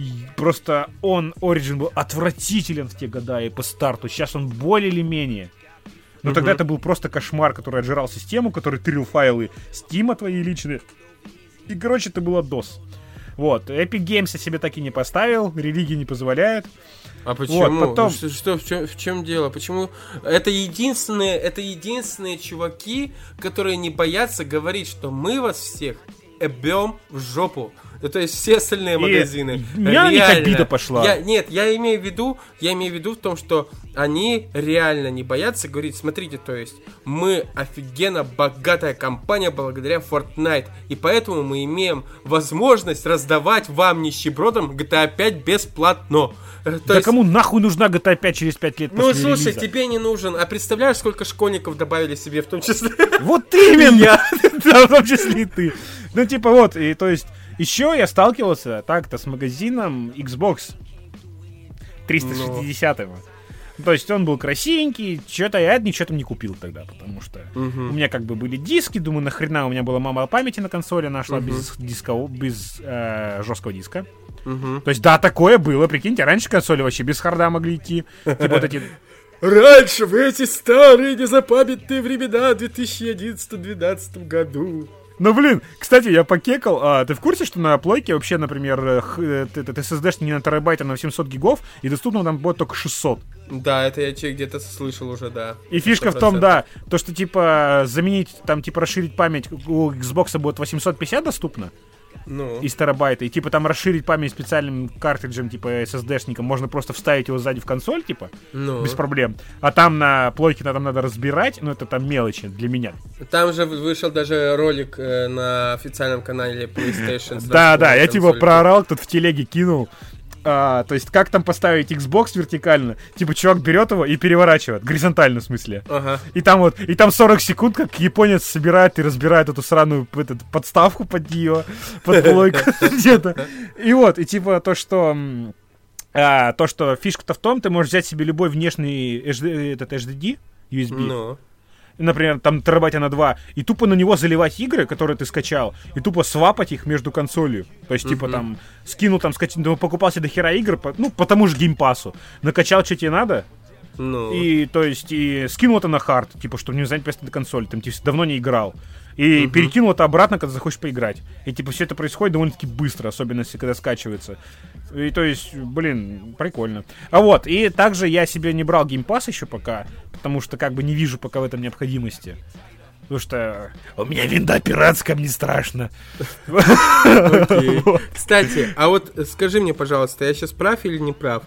Origin был отвратителен в те года и по старту. Сейчас он более или менее. Но тогда это был просто кошмар, который отжирал систему, который тырил файлы Steam твои личные. И, короче, это было DOS. Вот. Epic Games я себе так и не поставил, религия не позволяет. А почему? Вот, потом... в чем дело? Почему? Это единственные чуваки, которые не боятся говорить, что мы вас всех ебем в жопу. То есть все остальные магазины. У меня на них обида пошла. Я имею в виду в том, что они реально не боятся говорить, смотрите, то есть мы офигенно богатая компания благодаря Fortnite, и поэтому мы имеем возможность раздавать вам, нищебродам, GTA 5 бесплатно. Да есть... кому нахуй нужна GTA 5 через 5 лет после релиза? Ну слушай, тебе не нужен. А представляешь, сколько школьников добавили себе в том числе? Вот именно! Да, в том числе и ты. Ну типа вот, и то есть еще я сталкивался так-то с магазином Xbox 360-го. То есть он был красивенький, что-то я ничего там не купил тогда, потому что у меня как бы были диски, думаю, нахрена у меня было мало памяти на консоли, она шла без жесткого диска. То есть да, такое было, прикиньте, раньше консоли вообще без харда могли идти. Типа вот эти... Раньше, в эти старые незапамятные времена, в 2011-2012 году. Ну, блин, кстати, я покекал. Ты в курсе, что на плойке вообще, например, этот SSD не на терабайт, а на 700 гигов, и доступно там будет только 600? Да, это я где-то слышал уже, да. И фишка 100%. В том, да, то, что, типа, заменить, там, типа, расширить память у Xbox будет 850 доступно. Ну. Из терабайта. И типа там расширить память специальным картриджем, типа SSD-шником. Можно просто вставить его сзади в консоль, типа, без проблем. А там на плойке там надо разбирать, но это там мелочи для меня. Там же вышел даже ролик на официальном канале PlayStation. Да, я типа проорал, кто-то в телеге кинул. То есть, как там поставить Xbox вертикально? Типа, чувак берет его и переворачивает. Горизонтально, в смысле. Ага. И там 40 секунд, как японец собирает и разбирает эту сраную подставку под нее, под плойку где-то. И вот, и типа то, что фишка-то в том, ты можешь взять себе любой внешний HDD, USB. Ну. Например, там терабайта на 2, и тупо на него заливать игры, которые ты скачал, и тупо свапать их между консолью. То есть, типа, там, скинул, там, покупал себе до хера игр, по тому же геймпасу, накачал, что тебе надо, и, то есть, и скинул это на хард, типа, чтобы не занять место до консоли, там, типа, давно не играл. И перекинул это обратно, когда захочешь поиграть. И, типа, все это происходит довольно-таки быстро, особенно если когда скачивается. И, то есть, блин, прикольно. А вот, и также я себе не брал геймпас еще пока, потому что, как бы, не вижу пока в этом необходимости. Потому что у меня винда пиратская, мне страшно. Кстати, а вот скажи мне, пожалуйста, я сейчас прав или не прав?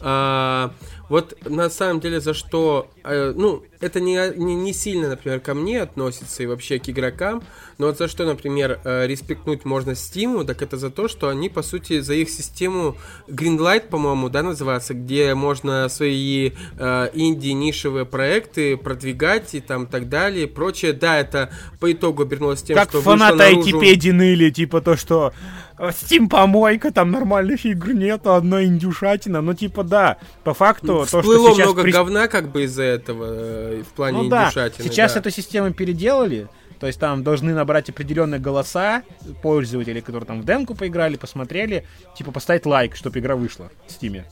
Вот на самом деле за что, ну, это не сильно, например, ко мне относится и вообще к игрокам, но вот за что, например, респектнуть можно Steam, так это за то, что они, по сути, за их систему Greenlight, по-моему, да, называется, где можно свои инди-нишевые проекты продвигать и там так далее, и прочее. Да, это по итогу обернулось тем, как что фанаты IT-педи ныли, типа то, что Steam помойка, там нормальных игр нету, одна индюшатина, ну типа да, по факту то, всплыло что сейчас много говна как бы из-за этого в плане индюшатины. Сейчас эту систему переделали, то есть там должны набрать определенные голоса пользователей, которые там в демку поиграли, посмотрели, типа поставить лайк, чтобы игра вышла в Steam.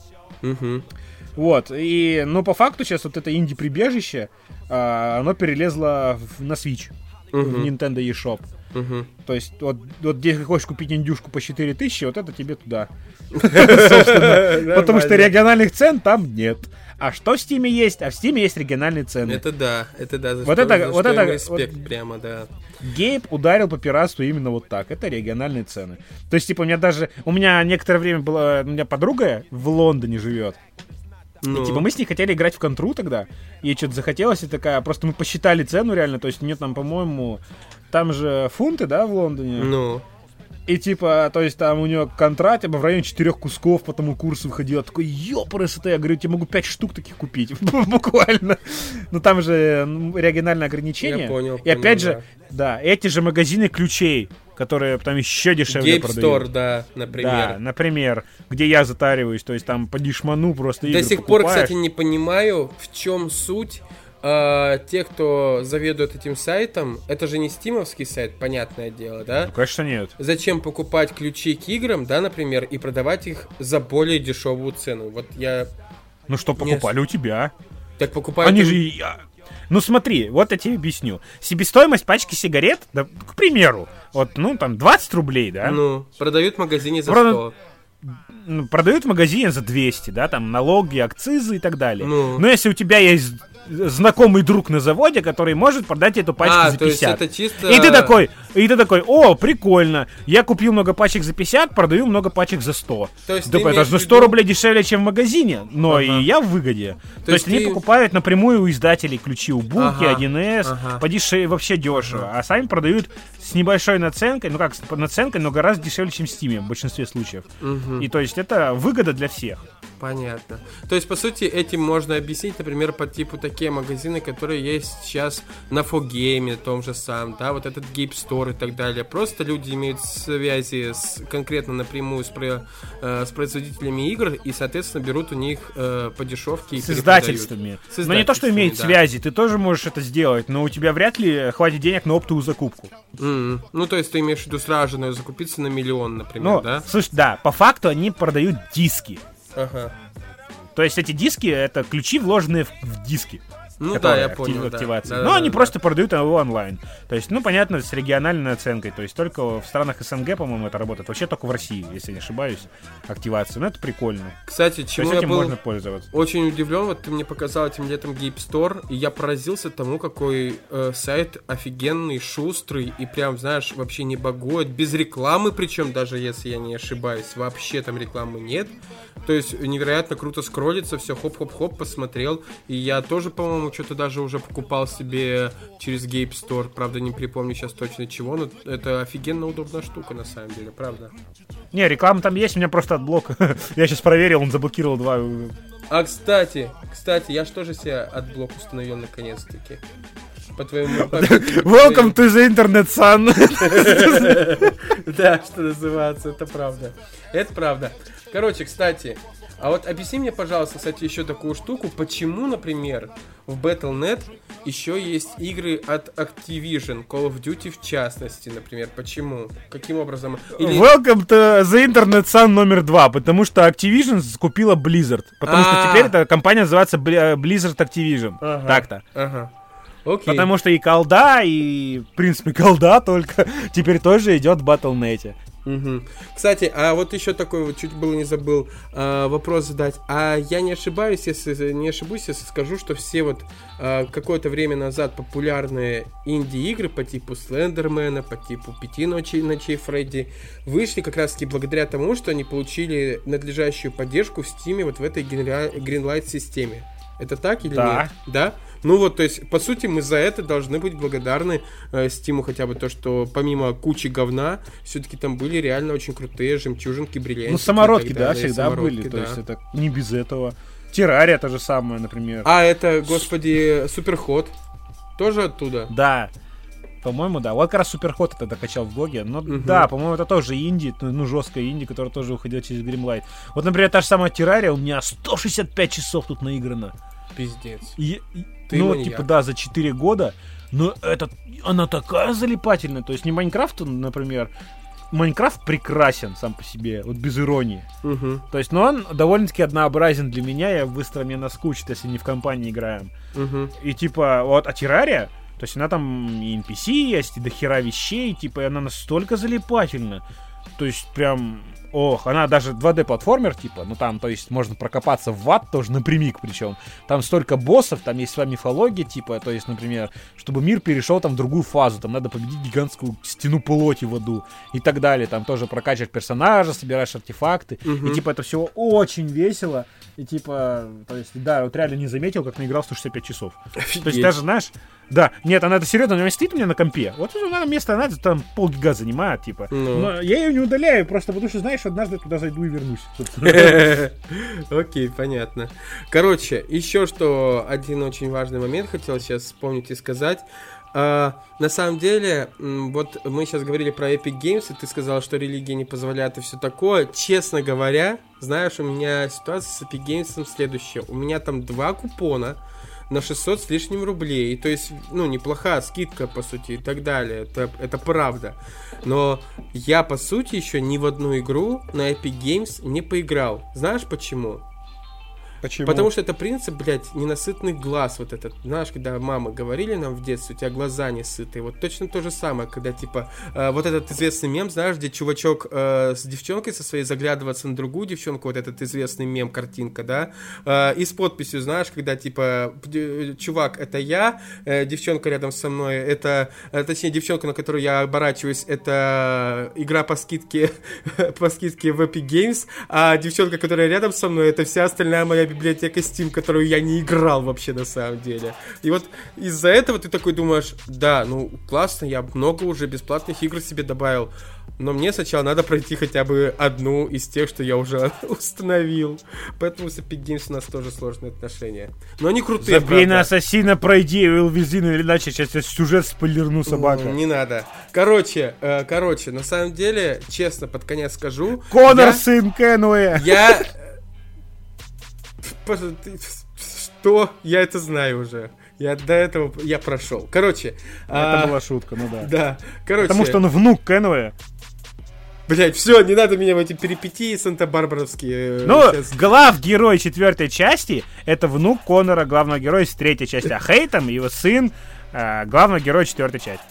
Вот, и, ну по факту сейчас вот это инди-прибежище, оно перелезло на Switch, в Nintendo eShop. То есть, вот где хочешь купить индюшку по 4000, вот это тебе туда. Потому что региональных цен там нет. А что в Steam есть? А в Steam есть региональные цены. Это да. Вот это респект прямо, да. Гейб ударил по пиратству именно вот так. Это региональные цены. То есть, типа, у меня некоторое время была, у меня подруга в Лондоне живет. Ну. И, типа, мы с ней хотели играть в контру тогда. Ей что-то захотелось, и такая, просто мы посчитали цену реально. То есть, у нее там, по-моему, там же фунты, да, в Лондоне? Ну. И типа, то есть там у нее контракт в районе 4 кусков по тому курсу выходил. Такой, ёпрст, я говорю, я тебе могу 5 штук таких купить. Буквально. Ну там же региональное ограничение. Я понял. И опять же, да, эти же магазины ключей, которые там еще дешевле Game продают. Store, да, например. Да, например, где я затариваюсь. То есть там по дешману просто игры покупаешь. До сих пор, кстати, не понимаю, в чем суть. Те, кто заведует этим сайтом, это же не стимовский сайт, понятное дело, да? Ну, конечно, нет. Зачем покупать ключи к играм, да, например, и продавать их за более дешевую цену? Вот я... Ну что, покупали у тебя. Так покупают... Они же... Ну смотри, вот я тебе объясню. Себестоимость пачки сигарет, да, к примеру, вот, ну там 20 рублей, да? Ну, продают в магазине за 100. Продают в магазине за 200, да, там налоги, акцизы и так далее. Но если у тебя есть знакомый друг на заводе, который может продать эту пачку за 50. То есть это чисто... И ты такой, о, прикольно, я купил много пачек за 50, продаю много пачек за 100. То есть да, это же на 100 рублей дешевле, чем в магазине, но и я в выгоде. То есть они покупают напрямую у издателей ключи у Булки, 1С, подешевле, вообще дешево, а сами продают с небольшой наценкой, ну как с наценкой, но гораздо дешевле, чем в Steam в большинстве случаев. И то есть это выгода для всех. Понятно. То есть, по сути, этим можно объяснить, например, по типу такие магазины, которые есть сейчас на Фогейме, том же самом, да, вот этот Game Store и так далее. Просто люди имеют связи конкретно напрямую с производителями игр и, соответственно, берут у них по дешевке и с издательствами. Но не то, что имеют связи, ты тоже можешь это сделать, но у тебя вряд ли хватит денег на оптовую закупку. Ну, то есть, ты имеешь в виду сразу же закупиться на 1 миллион, например, да? Слушай, да, по факту они продают диски. Ага. То есть эти диски — это ключи, вложенные в диски. Ну да, я понял, активации. Но они просто продают его онлайн. То есть, ну, понятно, с региональной оценкой. То есть только в странах СНГ, по-моему, это работает. Вообще только в России, если не ошибаюсь, активация. Ну, это прикольно. Кстати, чему я был можно пользоваться. Очень удивлен, вот ты мне показал этим летом Game Store, и я поразился тому, какой сайт офигенный, шустрый, и прям, знаешь, вообще не багует, без рекламы, причем даже если я не ошибаюсь, вообще там рекламы нет. То есть невероятно круто скроллится, все хоп-хоп-хоп, посмотрел. И я тоже, по-моему, что-то даже уже покупал себе через Game Store. Правда, не припомню сейчас точно чего, но это офигенно удобная штука, на самом деле, правда. Не, реклама там есть, у меня просто отблок. Я сейчас проверил, он заблокировал 2. А, кстати, я же тоже себе отблок установил наконец-таки. По твоему... Welcome to the internet, son. Да, что называется, это правда. Это правда. Короче, кстати, а вот объясни мне, пожалуйста, кстати, еще такую штуку, почему, например, в Battle.net еще есть игры от Activision, Call of Duty в частности, например, почему? Каким образом? Welcome to the Internet Sun номер 2, потому что Activision купила Blizzard, потому что теперь эта компания называется Blizzard Activision, так-то. Окей. Потому что и колда, и, в принципе, колда только теперь тоже идет в Battle.net. Угу. Кстати, а вот еще такой вот, чуть было не забыл вопрос задать. А я не ошибаюсь, если скажу, что все вот какое-то время назад популярные инди-игры по типу Слендермена, по типу 5 ночей Фредди вышли как раз таки благодаря тому, что они получили надлежащую поддержку в Steam вот в этой Greenlight системе. Это так или нет? Да. Ну вот, то есть, по сути, мы за это должны быть благодарны Стиму хотя бы то, что помимо кучи говна, все-таки там были реально очень крутые жемчужинки, бриллиантики. Ну, самородки, да, всегда были, да. То есть это не без этого. Террария то же самое, например. А, это, господи, Суперход. Тоже оттуда? Да. По-моему, да. Вот как раз Суперход это докачал в Гоге. Но да, по-моему, это тоже инди, ну, жесткая инди, которая тоже уходила через Greenlight. Вот, например, та же самая Террария, у меня 165 часов тут наиграно. Пиздец. Ну, типа, да, за 4 года. Но она такая залипательная. То есть не Майнкрафт, например. Майнкрафт прекрасен сам по себе, вот без иронии. То есть, но он довольно-таки однообразен для меня, я быстро мне наскучит, если не в компании играем. И типа, вот, а Террария, то есть она там и NPC есть, и дохера вещей, типа, и она настолько залипательна. То есть, прям... Ох, она даже 2D-платформер, типа, ну там, то есть, можно прокопаться в ад тоже напрямик причем. Там столько боссов, там есть своя мифология, типа, то есть, например, чтобы мир перешел там в другую фазу, там надо победить гигантскую стену плоти в аду и так далее. Там тоже прокачиваешь персонажа, собираешь артефакты, и типа это все очень весело. И типа, то есть, да, вот реально не заметил, как наиграл 165 часов. Офигеть. То есть даже, знаешь, да, нет, она это серьезно, она стоит у меня на компе. Вот она место, она там полгига занимает, типа. Но я ее не удаляю, просто потому что, знаешь, однажды туда зайду и вернусь. Окей, понятно. Короче, еще что один очень важный момент хотел сейчас вспомнить и сказать. На самом деле, вот мы сейчас говорили про Epic Games, и ты сказал, что религия не позволяет и все такое. Честно говоря, знаешь, у меня ситуация с Epic Games следующая. У меня там 2 купона на 600 с лишним рублей. То есть, ну, неплохая скидка, по сути, и так далее. Это правда. Но я, по сути, еще ни в одну игру на Epic Games не поиграл. Знаешь почему? Почему? Потому что это принцип, блядь, ненасытных глаз вот этот. Знаешь, когда мамы говорили нам в детстве, у тебя глаза не сытые. Вот точно то же самое, когда, типа, вот этот известный мем, знаешь, где чувачок с девчонкой со своей заглядывается на другую девчонку, вот этот известный мем, картинка, да, и с подписью, знаешь, когда, типа, чувак, это я, девчонка рядом со мной, это, точнее, девчонка, на которую я оборачиваюсь, это игра по скидке в Epic Games, а девчонка, которая рядом со мной, это вся остальная моя библиотека Steam, которую я не играл вообще на самом деле. И вот из-за этого ты такой думаешь, да, ну классно, я много уже бесплатных игр себе добавил, но мне сначала надо пройти хотя бы одну из тех, что я уже установил. Поэтому с Epic Games у нас тоже сложные отношения. Но они крутые, забей на Ассасина, пройди Evil Within, или иначе сейчас сюжет спойлерну, собака. Не надо. Короче, на самом деле, честно, под конец скажу. Конор сын Кенуэ. Что? Я это знаю уже. Я до этого прошел. Короче. Это была шутка, ну да. Да. Короче. Потому что он внук Кенуэ. Блять, все, не надо меня в эти перипетии санта-барбаровские. Ну, главгерой 4 части это внук Конора, главного героя из 3 части. А Хейтом его сын, главного героя 4 части.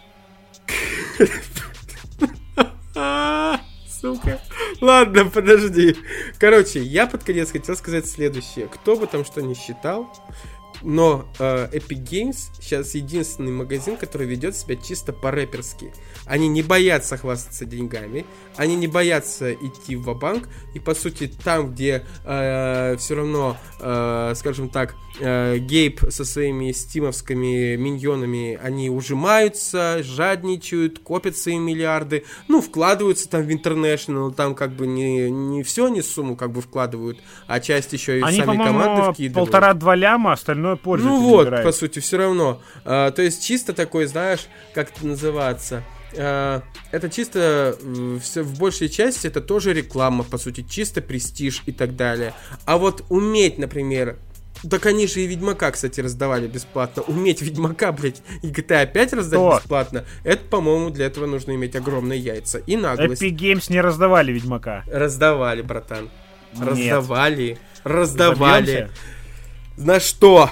Сука. Ладно, подожди. Короче, я под конец хотел сказать следующее. Кто бы там что ни считал, но Epic Games сейчас единственный магазин, который ведет себя чисто по-рэперски. Они не боятся хвастаться деньгами, они не боятся идти ва-банк, и по сути там, где все равно, скажем так, Гейб со своими стимовскими миньонами, они ужимаются, жадничают, копят свои миллиарды, ну, вкладываются там в International, там как бы не все они сумму как бы вкладывают, а часть еще и они, сами команды вкидывают. 1,5-2 ляма, остальное пользуется. Ну вот, забирает. По сути, все равно. То есть чисто такой, знаешь, как это называется... Это чисто в большей части это тоже реклама, по сути, чисто престиж и так далее. А вот уметь, например, так они же и Ведьмака, кстати, раздавали бесплатно. Уметь Ведьмака, блядь, и GTA 5 раздать бесплатно, это, по-моему, для этого нужно иметь огромные яйца и наглость. Epic Games не раздавали Ведьмака. Раздавали, братан. Нет. Раздавали. На что?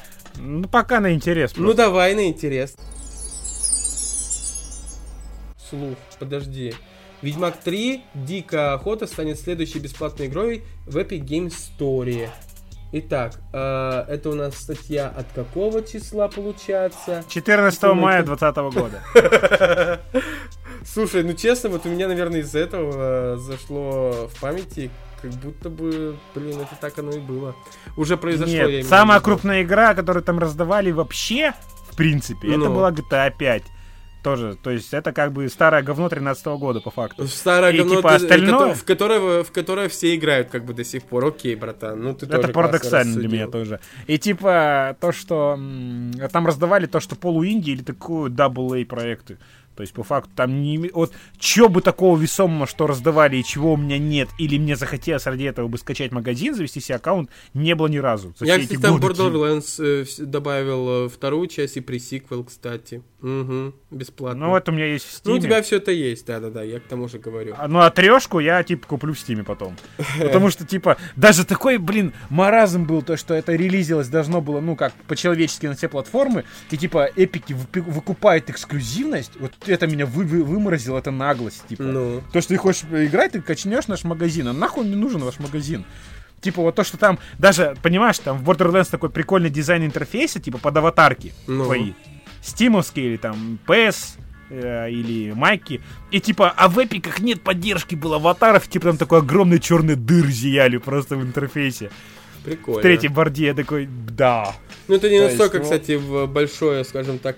Ну, пока на интерес. Просто. Ну, давай на интерес. вслух. Подожди. Ведьмак 3. Дикая охота станет следующей бесплатной игрой в Epic Games Store. Итак, это у нас статья от какого числа получается? 14 мая 2020 года. Слушай, ну честно, вот у меня, наверное, из-за этого зашло в памяти, как будто бы, блин, это так оно и было. Уже произошло. Нет, самая крупная игра, которую там раздавали вообще, в принципе, это была GTA 5. Тоже, то есть это как бы старое говно 13-го года, по факту. Старое говно, типа остальное... в которое все играют как бы до сих пор. Окей, братан, ну ты это тоже парадоксально для меня тоже. И типа то, что там раздавали то, что полуинди или такую AA проекты. То есть, по факту, там не... Вот, чё бы такого весомого, что раздавали, и чего у меня нет, или мне захотелось ради этого бы скачать магазин, завести себе аккаунт, не было ни разу. Я, кстати, там Borderlands добавил вторую часть и пресиквел, кстати. Угу, бесплатно. Ну, это у меня есть в Steam. Ну, у тебя все это есть, да-да-да, я к тому же говорю. Ну, а трешку я, типа, куплю в Steam потом. Потому что, типа, даже такой, блин, маразм был, то, что это релизилось должно было, ну, как, по-человечески на все платформы, и, типа, эпики выкупают эксклюзивность, вот это меня выморозило, это наглость, типа. Ну. То, что ты хочешь играть, ты качнешь наш магазин, а нахуй мне нужен ваш магазин? Типа вот то, что там, даже, понимаешь, там в Borderlands такой прикольный дизайн интерфейса, типа под аватарки твои. Стимовские или там PS или майки. И типа, а в эпиках нет поддержки было аватаров, типа там такой огромный черный дыр зияли просто в интерфейсе. Прикольно. В третьем борде я такой, да. Ну это не настолько, кстати, большое, скажем так,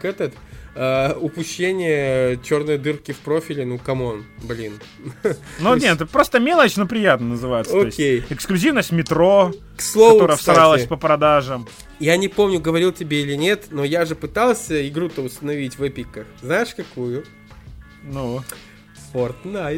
упущение черной дырки в профиле, ну камон, блин. Ну нет, это просто мелочь, но приятно называется. Окей. Эксклюзивность метро, к слову, которая всралась по продажам. Я не помню, говорил тебе или нет, но я же пытался игру-то установить в эпиках. Знаешь какую? Ну? Fortnite.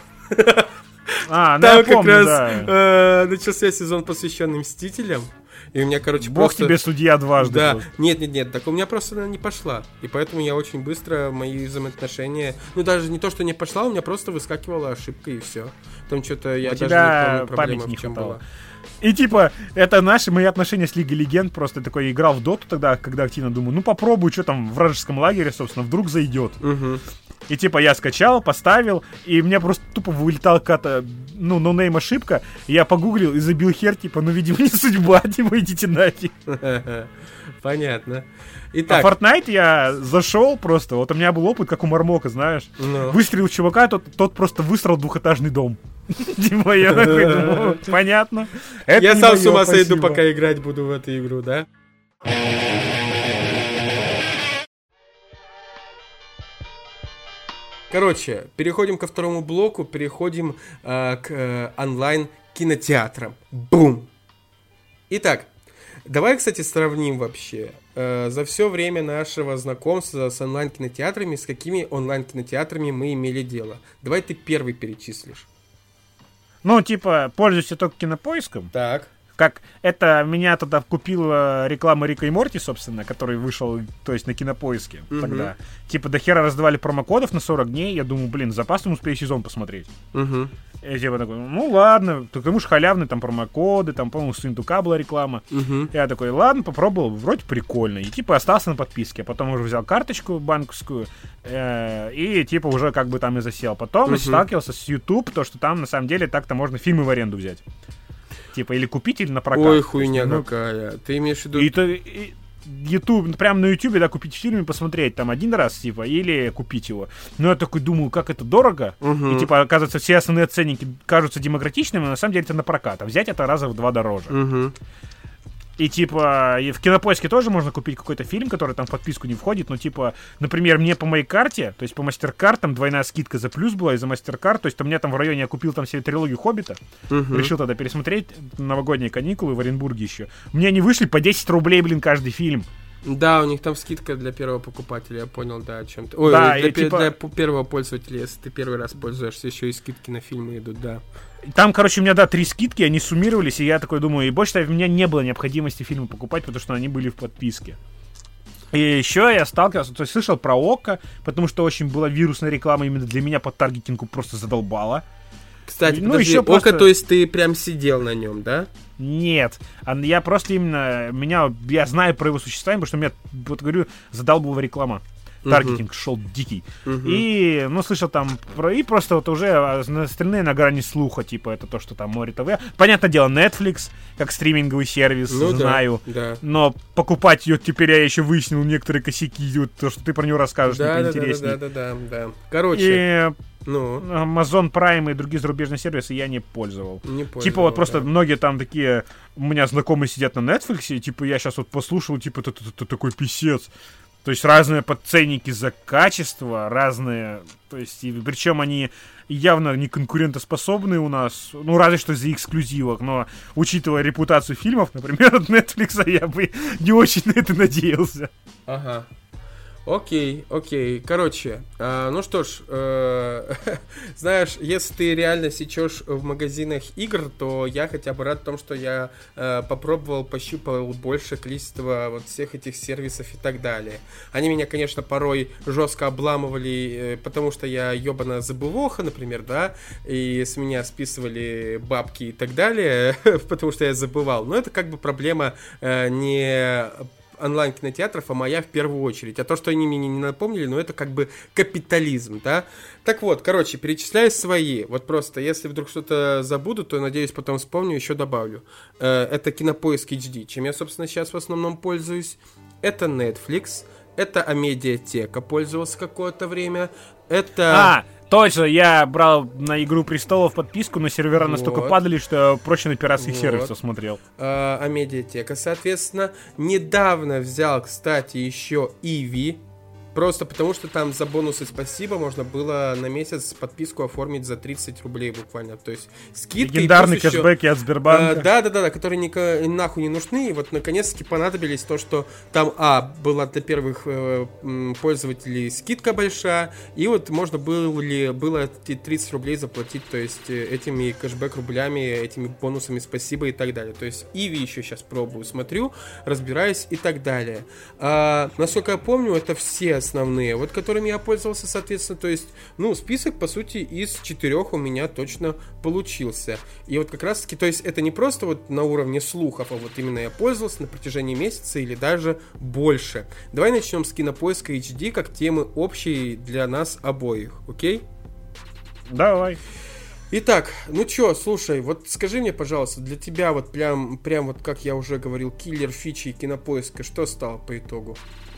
Там я помню, как раз начался сезон, посвященный Мстителям. И у меня, короче, Бог тебе судья дважды. Да, просто. Нет, так у меня просто она не пошла. И поэтому я очень быстро мои взаимоотношения... Ну, даже не то, что не пошла, у меня просто выскакивала ошибка, и все. Там что-то я даже не помню, проблема в чем была. И типа, это мои отношения с Лигой Легенд. Просто такой играл в доту тогда, когда активно думаю, ну попробую, что там в вражеском лагере, собственно, вдруг зайдет. Угу. И типа я скачал, поставил, и мне просто тупо вылетала какая-то, ну, ноунейм ошибка. И я погуглил и забил хер, типа, ну, видимо, не судьба, типа, идите нафиг. Понятно. Итак. А Fortnite я зашел просто, вот у меня был опыт, как у Мармока, знаешь. Выстрелил чувака, тот просто высрал двухэтажный дом. Типа, я такой думаю, понятно. Я сам с ума сойду, пока играть буду в эту игру, да? Короче, переходим ко второму блоку, переходим к онлайн-кинотеатрам. Бум! Итак, давай, кстати, сравним вообще за все время нашего знакомства с онлайн-кинотеатрами, с какими онлайн-кинотеатрами мы имели дело. Давай ты первый перечислишь. Ну, типа, пользуюсь я только Кинопоиском. Так. Как это меня тогда купила реклама Рика и Морти, собственно, который вышел, то есть на Кинопоиске тогда. Типа до хера раздавали промокодов на 40 дней. Я думаю, блин, с запасом успею сезон посмотреть. Я типа такой, ну ладно, потому что халявные там промокоды, там, по-моему, с Интука была реклама. Я такой, ладно, попробовал, вроде прикольно. И типа остался на подписке. А потом уже взял карточку банковскую и типа уже как бы там и засел. Потом сталкивался с YouTube, то, что там на самом деле так-то можно фильмы в аренду взять. Типа, или купить, или на прокат. Ой, хуйня какая. Ты имеешь в виду... И YouTube, прям на YouTube, да, купить фильм и посмотреть там один раз, типа, или купить его. Но я такой думаю, как это дорого. И, типа, оказывается, все основные ценники кажутся демократичными, но на самом деле это на прокат. А взять это раза в 2 дороже. И, типа, и в Кинопоиске тоже можно купить какой-то фильм, который там в подписку не входит. Но, типа, например, мне по моей карте, то есть по MasterCard, там двойная скидка за плюс была, и за MasterCard, то есть у меня там в районе я купил там себе трилогию «Хоббита», решил тогда пересмотреть новогодние каникулы в Оренбурге еще. Мне они вышли по 10 рублей, блин, каждый фильм. Да, у них там скидка для первого покупателя, я понял, да, о чем-то. Ой, да, для типа... первого пользователя, если ты первый раз пользуешься, еще и скидки на фильмы идут, да. Там, короче, у меня, да, 3 скидки, они суммировались, и я такой думаю, и больше у меня не было необходимости фильмы покупать, потому что они были в подписке. И еще я сталкивался, то есть слышал про ОККО, потому что очень была вирусная реклама именно для меня по таргетингу просто задолбала. Кстати, подожди, ОККО, просто... то есть ты прям сидел на нем, да? Нет, я просто именно, я знаю про его существование, потому что меня, вот говорю, задалбывала реклама. таргетинг шел дикий. И, ну, слышал там и просто вот уже остальные на грани слуха, типа, это то, что там Море ТВ. Понятное дело, Netflix, как стриминговый сервис, знаю. Да. Но покупать ее теперь я еще выяснил некоторые косяки, вот то, что ты про него расскажешь, поинтереснее. Да. Короче... Amazon Prime и другие зарубежные сервисы я не пользовал. Типа вот просто многие там такие, у меня знакомые сидят на Netflix, и типа я сейчас вот послушал, типа это такой писец. То есть разные подценники за качество, разные, то есть причем они явно не конкурентоспособные у нас, ну разве что за эксклюзивах, но учитывая репутацию фильмов, например, от Netflix, я бы не очень на это надеялся. Ага. Окей. Короче, ну что ж, знаешь, если ты реально сечешь в магазинах игр, то я хотя бы рад в том, что я попробовал, пощупал большее количество вот всех этих сервисов и так далее. Они меня, конечно, порой жестко обламывали, потому что я ебаная забывоха, например, да, и с меня списывали бабки и так далее, потому что я забывал. Но это как бы проблема не... онлайн-кинотеатров, а моя в первую очередь. А то, что они мне не напомнили, но это как бы капитализм, да? Так вот, короче, перечисляю свои. Вот просто, если вдруг что-то забуду, то, надеюсь, потом вспомню, еще добавлю. Это Кинопоиск HD, чем я, собственно, сейчас в основном пользуюсь. Это Netflix. Это Амедиатека, пользовался какое-то время. Это... Точно, я брал на «Игру престолов» подписку, но сервера настолько падали, что проще на пиратских сервисах смотрел. Амедиатека, соответственно. Недавно взял, кстати, еще Иви. Просто потому, что там за бонусы спасибо можно было на месяц подписку оформить за 30 рублей буквально. То есть скидка. Легендарные кэшбэки от Сбербанка. Да, которые нахуй не нужны. И вот наконец-таки понадобились то, что там, была для первых пользователей скидка большая. И вот можно было эти 30 рублей заплатить, то есть этими кэшбэк-рублями, этими бонусами спасибо и так далее. То есть Иви еще сейчас пробую, смотрю, разбираюсь и так далее. Насколько я помню, это все основные, вот которыми я пользовался, соответственно, то есть, список, по сути, из 4 у меня точно получился. И вот как раз-таки, то есть, это не просто вот на уровне слухов, а вот именно я пользовался на протяжении месяца или даже больше. Давай начнем с Кинопоиска HD как темы общей для нас обоих, окей? Давай. Итак, слушай, вот скажи мне, пожалуйста, для тебя вот прям вот, как я уже говорил, киллер фичи Кинопоиска, что стало по итогу?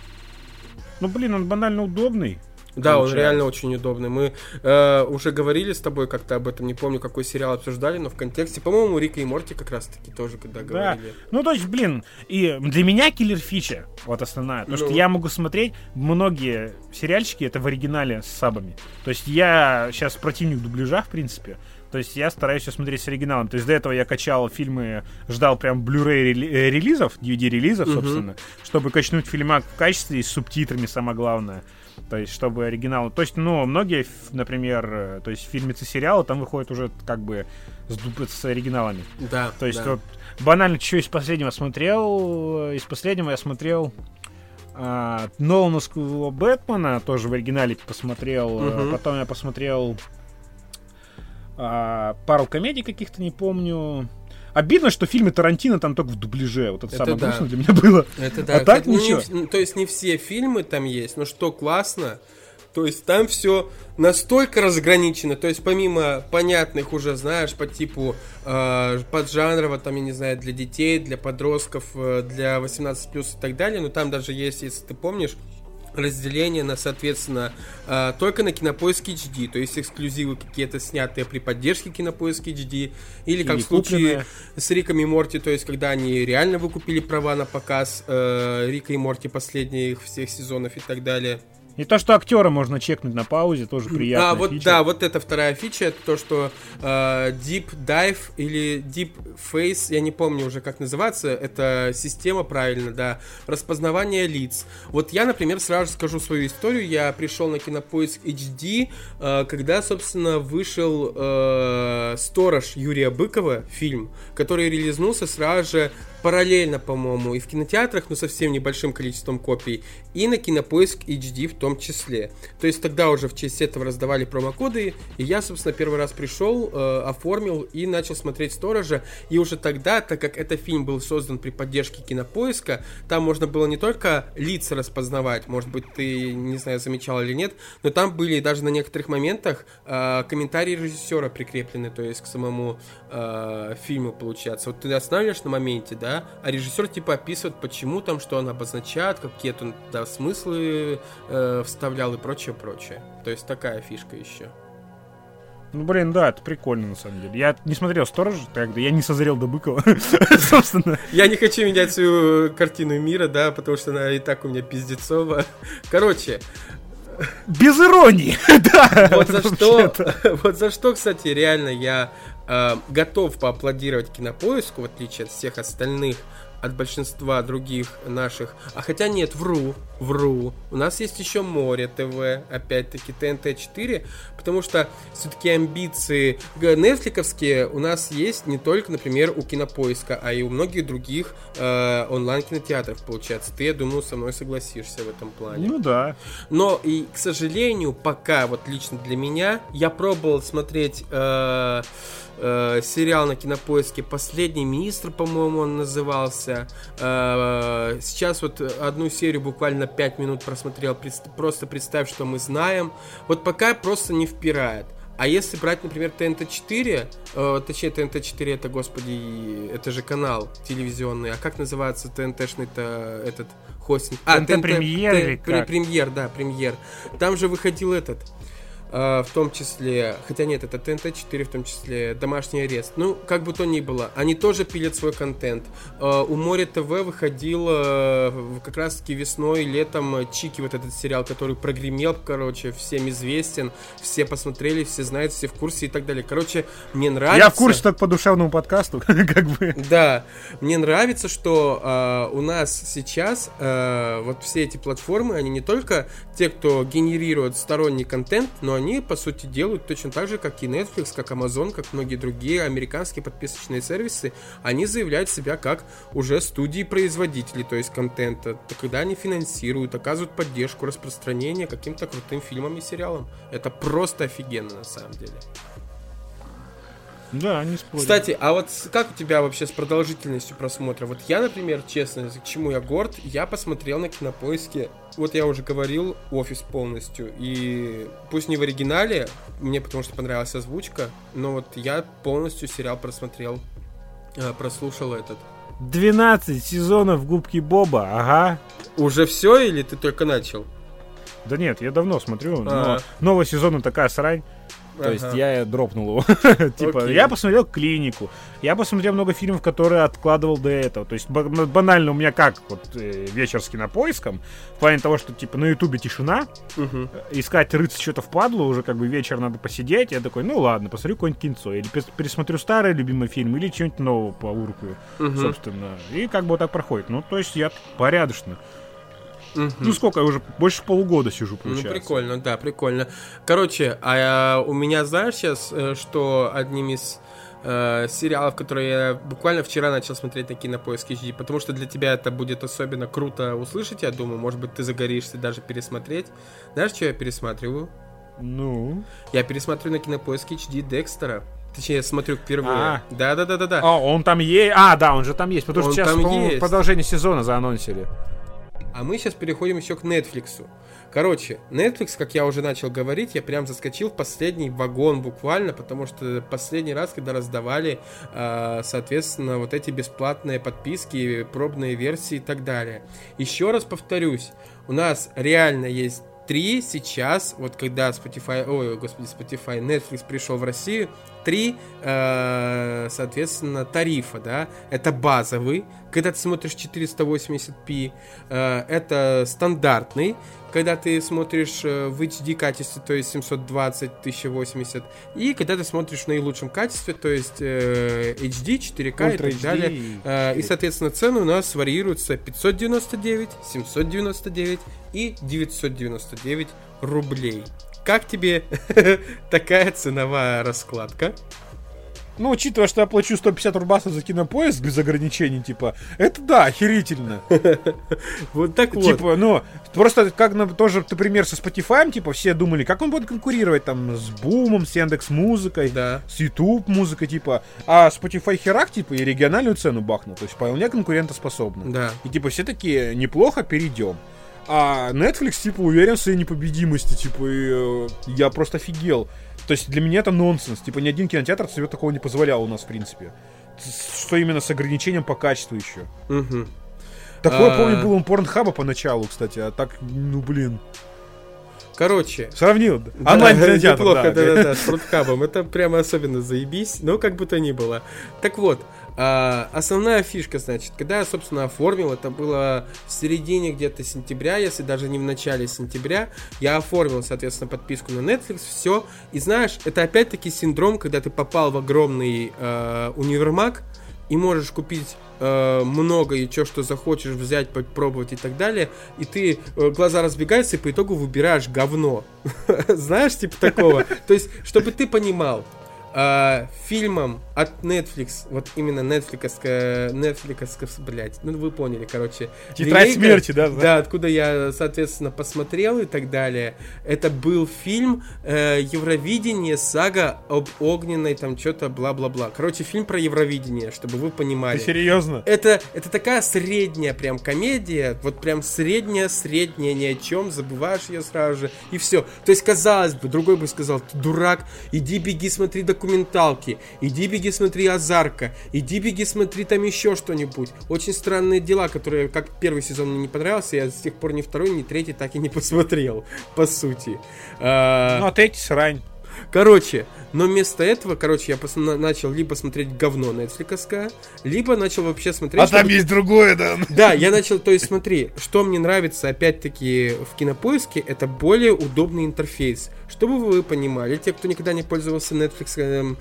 Он банально удобный. Да, он реально очень удобный. Мы уже говорили с тобой как-то об этом, не помню, какой сериал обсуждали, но в контексте, по-моему, Рика и Морти как раз-таки тоже, когда говорили. То есть, и для меня киллер фича, вот основная, то, что я могу смотреть многие сериальчики, это в оригинале с сабами. То есть я сейчас противник дубляжа, в принципе. То есть я стараюсь все смотреть с оригиналом. То есть до этого я качал фильмы, ждал прям Blu-ray релизов, DVD-релизов, собственно, чтобы качнуть фильмак в качестве и с субтитрами, самое главное. То есть, чтобы оригинал... То есть, многие, например, то есть фильмицы сериалы там выходят уже как бы с оригиналами. Да. То есть, вот банально, что из последнего смотрел? Из последнего я смотрел Нолановского Бэтмена, тоже в оригинале посмотрел. Потом я посмотрел пару комедий каких-то, не помню. Обидно, что фильмы Тарантино там только в дубляже. Вот это самое грустное для меня было. Это да. А так ничего. То есть не все фильмы там есть, но что классно, то есть там все настолько разграничено. То есть помимо понятных уже, знаешь, по типу поджанрово, там, я не знаю, для детей, для подростков, для 18+, и так далее. Но там даже есть, если ты помнишь, разделение на, соответственно, только на Кинопоиск HD, то есть эксклюзивы какие-то снятые при поддержке Кинопоиск HD, или как в случае с Риком и Морти, то есть когда они реально выкупили права на показ Рика и Морти последних всех сезонов и так далее. И то, что актера можно чекнуть на паузе, тоже приятная фича. Да, вот это вторая фича, это то, что Deep Dive или Deep Face, я не помню уже, как называется, это система, правильно, да, распознавание лиц. Вот я, например, сразу скажу свою историю, я пришел на Кинопоиск HD, когда, собственно, вышел «Сторож» Юрия Быкова, фильм, который релизнулся сразу же параллельно, по-моему, и в кинотеатрах, но совсем небольшим количеством копий, и на Кинопоиск HD в том числе. То есть тогда уже в честь этого раздавали промокоды, и я, собственно, первый раз пришел, оформил и начал смотреть «Сторожа», и уже тогда, так как этот фильм был создан при поддержке Кинопоиска, там можно было не только лица распознавать, может быть, ты, не знаю, замечал или нет, но там были даже на некоторых моментах комментарии режиссера прикреплены, то есть к самому фильму, получается. Вот ты останавливаешь на моменте, да, а режиссер типа описывает, почему там, что он обозначает, какие он смыслы вставлял и прочее. То есть такая фишка еще. Ну, блин, да, это прикольно, на самом деле. Я не смотрел «Сторожа», тогда я не созрел до Быкова, собственно. Я не хочу менять свою картину мира, да, потому что она и так у меня пиздецова. Короче... Без иронии, да. Вот за что, кстати, реально я готов поаплодировать Кинопоиску, в отличие от всех остальных, от большинства других наших. А хотя нет, вру. У нас есть еще Море ТВ, опять-таки ТНТ-4, потому что все-таки амбиции нетфликовские у нас есть не только, например, у Кинопоиска, а и у многих других онлайн-кинотеатров, получается. Ты, я думаю, со мной согласишься в этом плане. Ну да. Но и, к сожалению, пока вот лично для меня, я пробовал смотреть... сериал на Кинопоиске «Последний министр», по-моему, он назывался. Сейчас вот одну серию буквально 5 минут просмотрел. Просто представь, что мы знаем. Вот пока просто не впирает. А если брать, например, ТНТ-4, точнее, ТНТ-4 это, господи, это же канал телевизионный. А как называется ТНТ-шный-то этот хостинг? ТНТ-премьер. Премьер, да, премьер. Там же выходил этот... в том числе, хотя нет, это ТНТ-4, в том числе «Домашний арест». Ну, как бы то ни было, они тоже пилят свой контент. У Море ТВ выходил как раз-таки весной, летом «Чики», вот этот сериал, который прогремел, короче, всем известен, все посмотрели, все знают, все в курсе и так далее. Короче, мне нравится... Я в курсе только по душевному подкасту, как бы. Да, мне нравится, что у нас сейчас вот все эти платформы, они не только те, кто генерирует сторонний контент, но они, по сути, делают точно так же, как и Netflix, как Amazon, как многие другие американские подписочные сервисы. Они заявляют себя как уже студии-производители, то есть контента, когда они финансируют, оказывают поддержку, распространение каким-то крутым фильмам и сериалам. Это просто офигенно, на самом деле. Да, не спорю. Кстати, а вот как у тебя вообще с продолжительностью просмотра? Вот я, например, честно, к чему я горд, я посмотрел на Кинопоиске, вот я уже говорил, «Офис» полностью. И пусть не в оригинале, мне потому что понравилась озвучка, но вот я полностью сериал просмотрел, прослушал этот. 12 сезонов «Губки Боба», ага. Уже все или ты только начал? Да нет, я давно смотрю, но новый сезон такая срань. То есть я дропнул его. Типа, я посмотрел «Клинику», я посмотрел много фильмов, которые откладывал до этого. То есть банально у меня как вот вечер с Кинопоиском, в плане того, что типа на Ютубе тишина, искать рыться что-то впадло, уже как бы вечер надо посидеть. Я такой, ну ладно, посмотрю какое-нибудь кинцо. Или пересмотрю старый любимый фильм, или что-нибудь нового поуркую, собственно. И как бы вот так проходит. Ну, то есть я порядочно. Ну сколько, я уже больше полугода сижу, получается. Ну прикольно, да, прикольно. Короче, у меня, знаешь, сейчас, что одним из сериалов, которые я буквально вчера начал смотреть на Кинопоиске HD, потому что для тебя это будет особенно круто услышать, я думаю, может быть, ты загоришься даже пересмотреть. Знаешь, что я пересматриваю? Ну? Я пересматриваю на Кинопоиске HD Декстера. Точнее, я смотрю впервые. Да. А, он там есть? А, да, он же там есть, потому что сейчас, по-моему, продолжение сезона заанонсили. А мы сейчас переходим еще к Netflix. Короче, Netflix, как я уже начал говорить, я прям заскочил в последний вагон буквально, потому что последний раз, когда раздавали, соответственно, вот эти бесплатные подписки, пробные версии и так далее. Еще раз повторюсь, у нас реально есть 3 сейчас, вот когда Netflix пришел в Россию, 3, соответственно, тарифа, да, это базовый, когда ты смотришь 480p, это стандартный, когда ты смотришь в HD качестве, то есть 720, 1080, и когда ты смотришь в наилучшем качестве, то есть HD, 4К Ultra и так HD далее. И, соответственно, цены у нас варьируются 599, 799 и 999 рублей. Как тебе такая ценовая раскладка? Ну, учитывая, что я плачу 150 рубасов за Кинопоиск без ограничений, типа, это да, охерительно. Вот так вот. Типа, ну, просто как тоже, например, со Spotify, типа, все думали, как он будет конкурировать там с Бумом, с Яндекс.Музыкой, с YouTube музыкой, типа, а Spotify херак, типа, и региональную цену бахнул, то есть вполне конкурентоспособно. Да. И, типа, все такие, неплохо, перейдем. А Netflix, типа, уверен в своей непобедимости, типа, и, я просто офигел. То есть для меня это нонсенс. Типа ни один кинотеатр себе такого не позволял у нас, в принципе. Что именно с ограничением по качеству еще. Угу. Такое, помню, было у Порнхаба поначалу, кстати. А так, ну блин. Короче. Сравнил. Онлайн-кинотеатр. Неплохо, да, с Порнхабом. Это прямо особенно заебись. Но как бы то ни было. Так вот. Основная фишка, значит, когда я, собственно, оформил, это было в середине где-то сентября, если даже не в начале сентября, я оформил, соответственно, подписку на Netflix, все, и знаешь, это опять-таки синдром, когда ты попал в огромный универмаг и можешь купить много и что захочешь взять, попробовать и так далее, и ты, глаза разбегаются, и по итогу выбираешь говно. Знаешь, типа такого. То есть, чтобы ты понимал, фильмом от Netflix, вот именно Netflix, блядь, ну вы поняли, короче. Тетрадь смерти, да? Да, откуда я, соответственно, посмотрел и так далее. Это был фильм Евровидение, сага об огненной, там что-то бла-бла-бла. Короче, фильм про Евровидение, чтобы вы понимали. Ты серьезно? Это такая средняя прям комедия, вот прям средняя, ни о чем, забываешь ее сразу же, и все. То есть, казалось бы, другой бы сказал, ты дурак, иди беги, смотри документалки, иди беги смотри Озарка, иди беги смотри там еще что-нибудь. Очень странные дела, которые, как первый сезон мне не понравился, я с тех пор ни второй, ни третий так и не посмотрел, по сути. Ну, а третий срань. Короче, но вместо этого, я начал либо смотреть говно Netflix, либо начал вообще смотреть... А там есть другое, да? Да, я начал, то есть смотри, что мне нравится, опять-таки, в Кинопоиске, это более удобный интерфейс. Чтобы вы понимали, те, кто никогда не пользовался Netflix,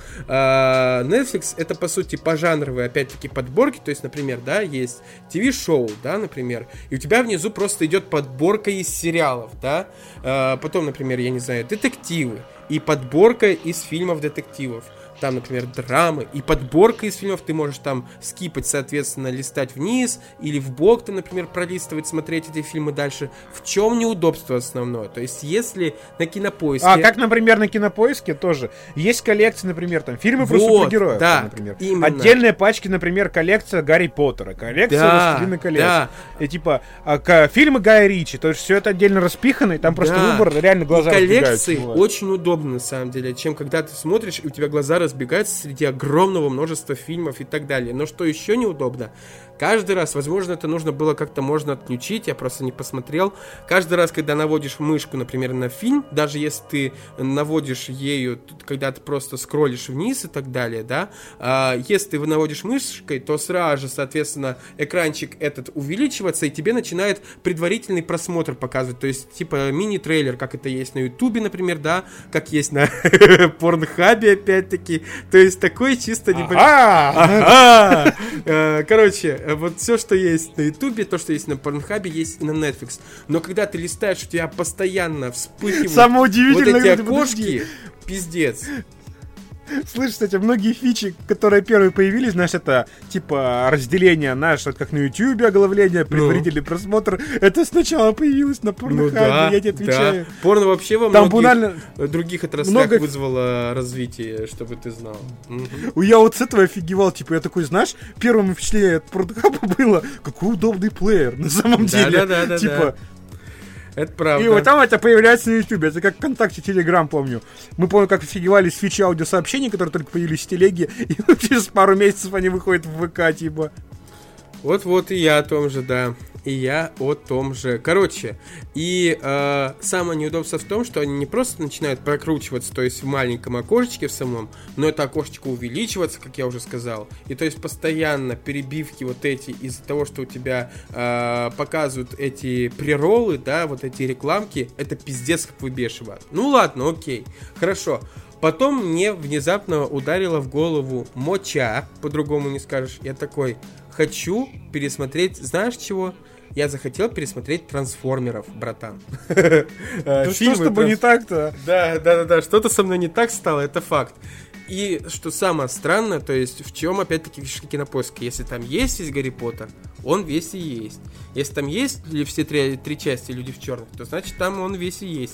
Netflix это, по сути, пожанровые, опять-таки, подборки, то есть, например, да, есть ТВ-шоу, да, например, и у тебя внизу просто идет подборка из сериалов, да, потом, например, я не знаю, детективы, и подборка из фильмов детективов. Там, например, драмы и подборка из фильмов. Ты можешь там скипать, соответственно, листать вниз или вбок ты, например, пролистывать, смотреть эти фильмы дальше. В чем неудобство основное? То есть, если на Кинопоиске... как, например, на Кинопоиске тоже. Есть коллекции, например, там фильмы про супергероев, да, там, например. Именно. Отдельные пачки, например, коллекция Гарри Поттера, коллекция Властелина колец. Да. И типа фильмы Гая Ричи. То есть, все это отдельно распихано, и там просто выбор, реально глаза разбегаются. Коллекции очень удобно, на самом деле, чем когда ты смотришь, и у тебя глаза разбегаются среди огромного множества фильмов и так далее. Но что еще неудобно, каждый раз, возможно, это нужно было как-то можно отключить, я просто не посмотрел. Каждый раз, когда наводишь мышку, например, на фильм, даже если ты наводишь ею, когда ты просто скроллишь вниз и так далее, да, если ты наводишь мышкой, то сразу же, соответственно, экранчик этот увеличиваться, и тебе начинает предварительный просмотр показывать, то есть, типа, мини-трейлер, как это есть на Ютубе, например, да, как есть на Порнхабе, опять-таки. То есть такой чисто короче, вот все, что есть на Ютубе, то, что есть на Порнхабе, есть и на Netflix. Но когда ты листаешь, у тебя постоянно вспыхивают вот эти окошки, пиздец. Слышь, кстати, многие фичи, которые первые появились, знаешь, это типа разделение, знаешь, как на YouTube оглавление, предварительный просмотр. Это сначала появилось на Порнхабе, я тебе отвечаю. Да. Порно вообще во многих других отраслях вызвало развитие, чтобы ты знал. Я вот с этого офигевал, типа, я такой, знаешь, первым впечатлением от Порнхаба было, какой удобный плеер, на самом деле. Да. Типа... Это правда. И вот там это появляется на Ютубе. Это как ВКонтакте, Телеграм, помню. Мы помню, как офигевали с фичи аудиосообщений, которые только появились в Телеге, и через пару месяцев они выходят в ВК, типа. Вот и я о том же, да. И я о том же. Короче, и самое неудобство в том, что они не просто начинают прокручиваться, то есть в маленьком окошечке в самом, но это окошечко увеличиваться, как я уже сказал. И то есть постоянно перебивки вот эти из-за того, что у тебя показывают эти прероллы, да, вот эти рекламки, это пиздец как выбешивает. Ну ладно, окей, хорошо. Потом мне внезапно ударила в голову моча, по-другому не скажешь. Я такой, хочу пересмотреть, знаешь чего? Я захотел пересмотреть «Трансформеров», братан. Что с тобой не так-то? Да, что-то со мной не так стало, это факт. И что самое странное, то есть в чем опять-таки фишка Кинопоиска. Если там есть весь Гарри Поттер, он весь и есть. Если там есть все три части «Люди в черных», то значит там он весь и есть.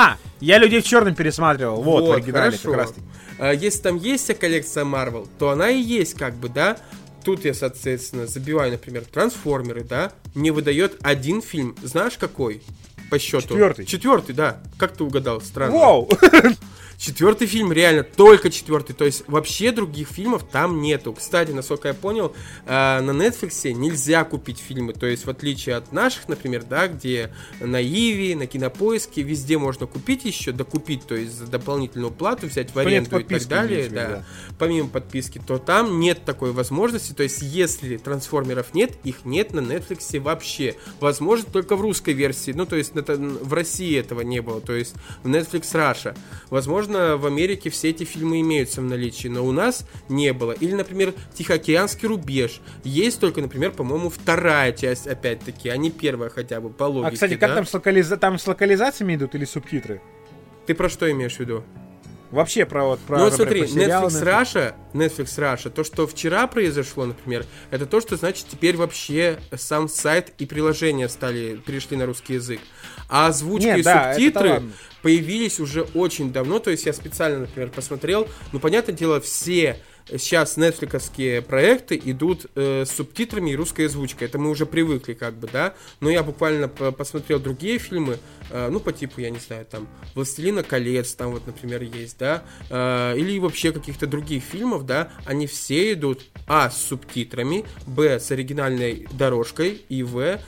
Я «Людей в черном» пересматривал. Вот в оригинале как раз таки. Если там есть вся коллекция Marvel, то она и есть как бы, да. Тут я, соответственно, забиваю, например, «Трансформеры», да. Мне выдает один фильм. Знаешь, какой? По счету. Четвертый, да. Как ты угадал? Странно. Вау! Четвертый фильм, реально, только четвертый. То есть вообще других фильмов там нету. Кстати, насколько я понял, на Netflix нельзя купить фильмы. То есть в отличие от наших, например, да, где на Иви, на Кинопоиске, везде можно купить еще, докупить, то есть за дополнительную плату взять в аренду и так далее, да. Помимо подписки, то там нет такой возможности. То есть если трансформеров нет, их нет на Netflix вообще. Возможно, только в русской версии. Ну, то есть в России этого не было. То есть в Netflix Russia. Возможно, в Америке все эти фильмы имеются в наличии, но у нас не было. Или, например, «Тихоокеанский рубеж». Есть только, например, по-моему, вторая часть, опять-таки, а не первая хотя бы, по логике. Кстати, как там с локализациями идут или субтитры? Ты про что имеешь в виду? Вообще про ну вот смотри, Netflix Russia, то, что вчера произошло, например, это то, что значит теперь вообще сам сайт и приложение перешли на русский язык. А озвучка и субтитры появились уже очень давно, то есть я специально, например, посмотрел, ну, понятное дело, все сейчас нетфликовские проекты идут с субтитрами и русской озвучкой. Это мы уже привыкли, как бы, да. Но я буквально посмотрел другие фильмы, ну, по типу, я не знаю, там, «Властелина колец», там вот, например, есть, да, или вообще каких-то других фильмов, да, они все идут, с субтитрами, с оригинальной дорожкой, и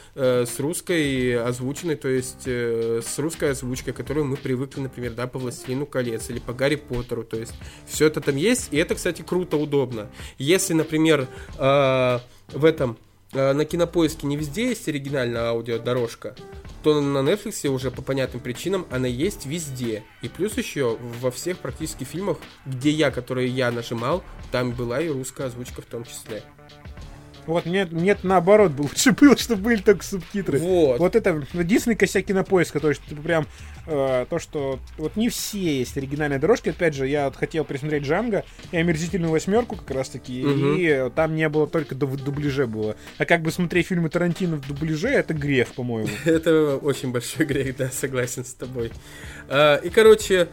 с русской озвученной, то есть с русской озвучкой, которую мы привыкли, например, да, по «Властелину колец» или по «Гарри Поттеру», то есть все это там есть, и это, кстати, круто, удобно. Если, например, на Кинопоиске не везде есть оригинальная аудиодорожка, то на Netflix уже по понятным причинам она есть везде. И плюс еще во всех практически фильмах, которые я нажимал, там была и русская озвучка в том числе. Вот, нет, наоборот, лучше было, чтобы были только субтитры. Вот это единственный косяк Кинопоиска, то есть прям то, что вот не все есть оригинальные дорожки. Опять же, я хотел пересмотреть «Джанго» и «Омерзительную восьмерку» как раз таки, и там не было, только в дубляже было. А как бы смотреть фильмы Тарантино в дубляже, это грех, по-моему. Это очень большой грех, да, согласен с тобой. И, короче,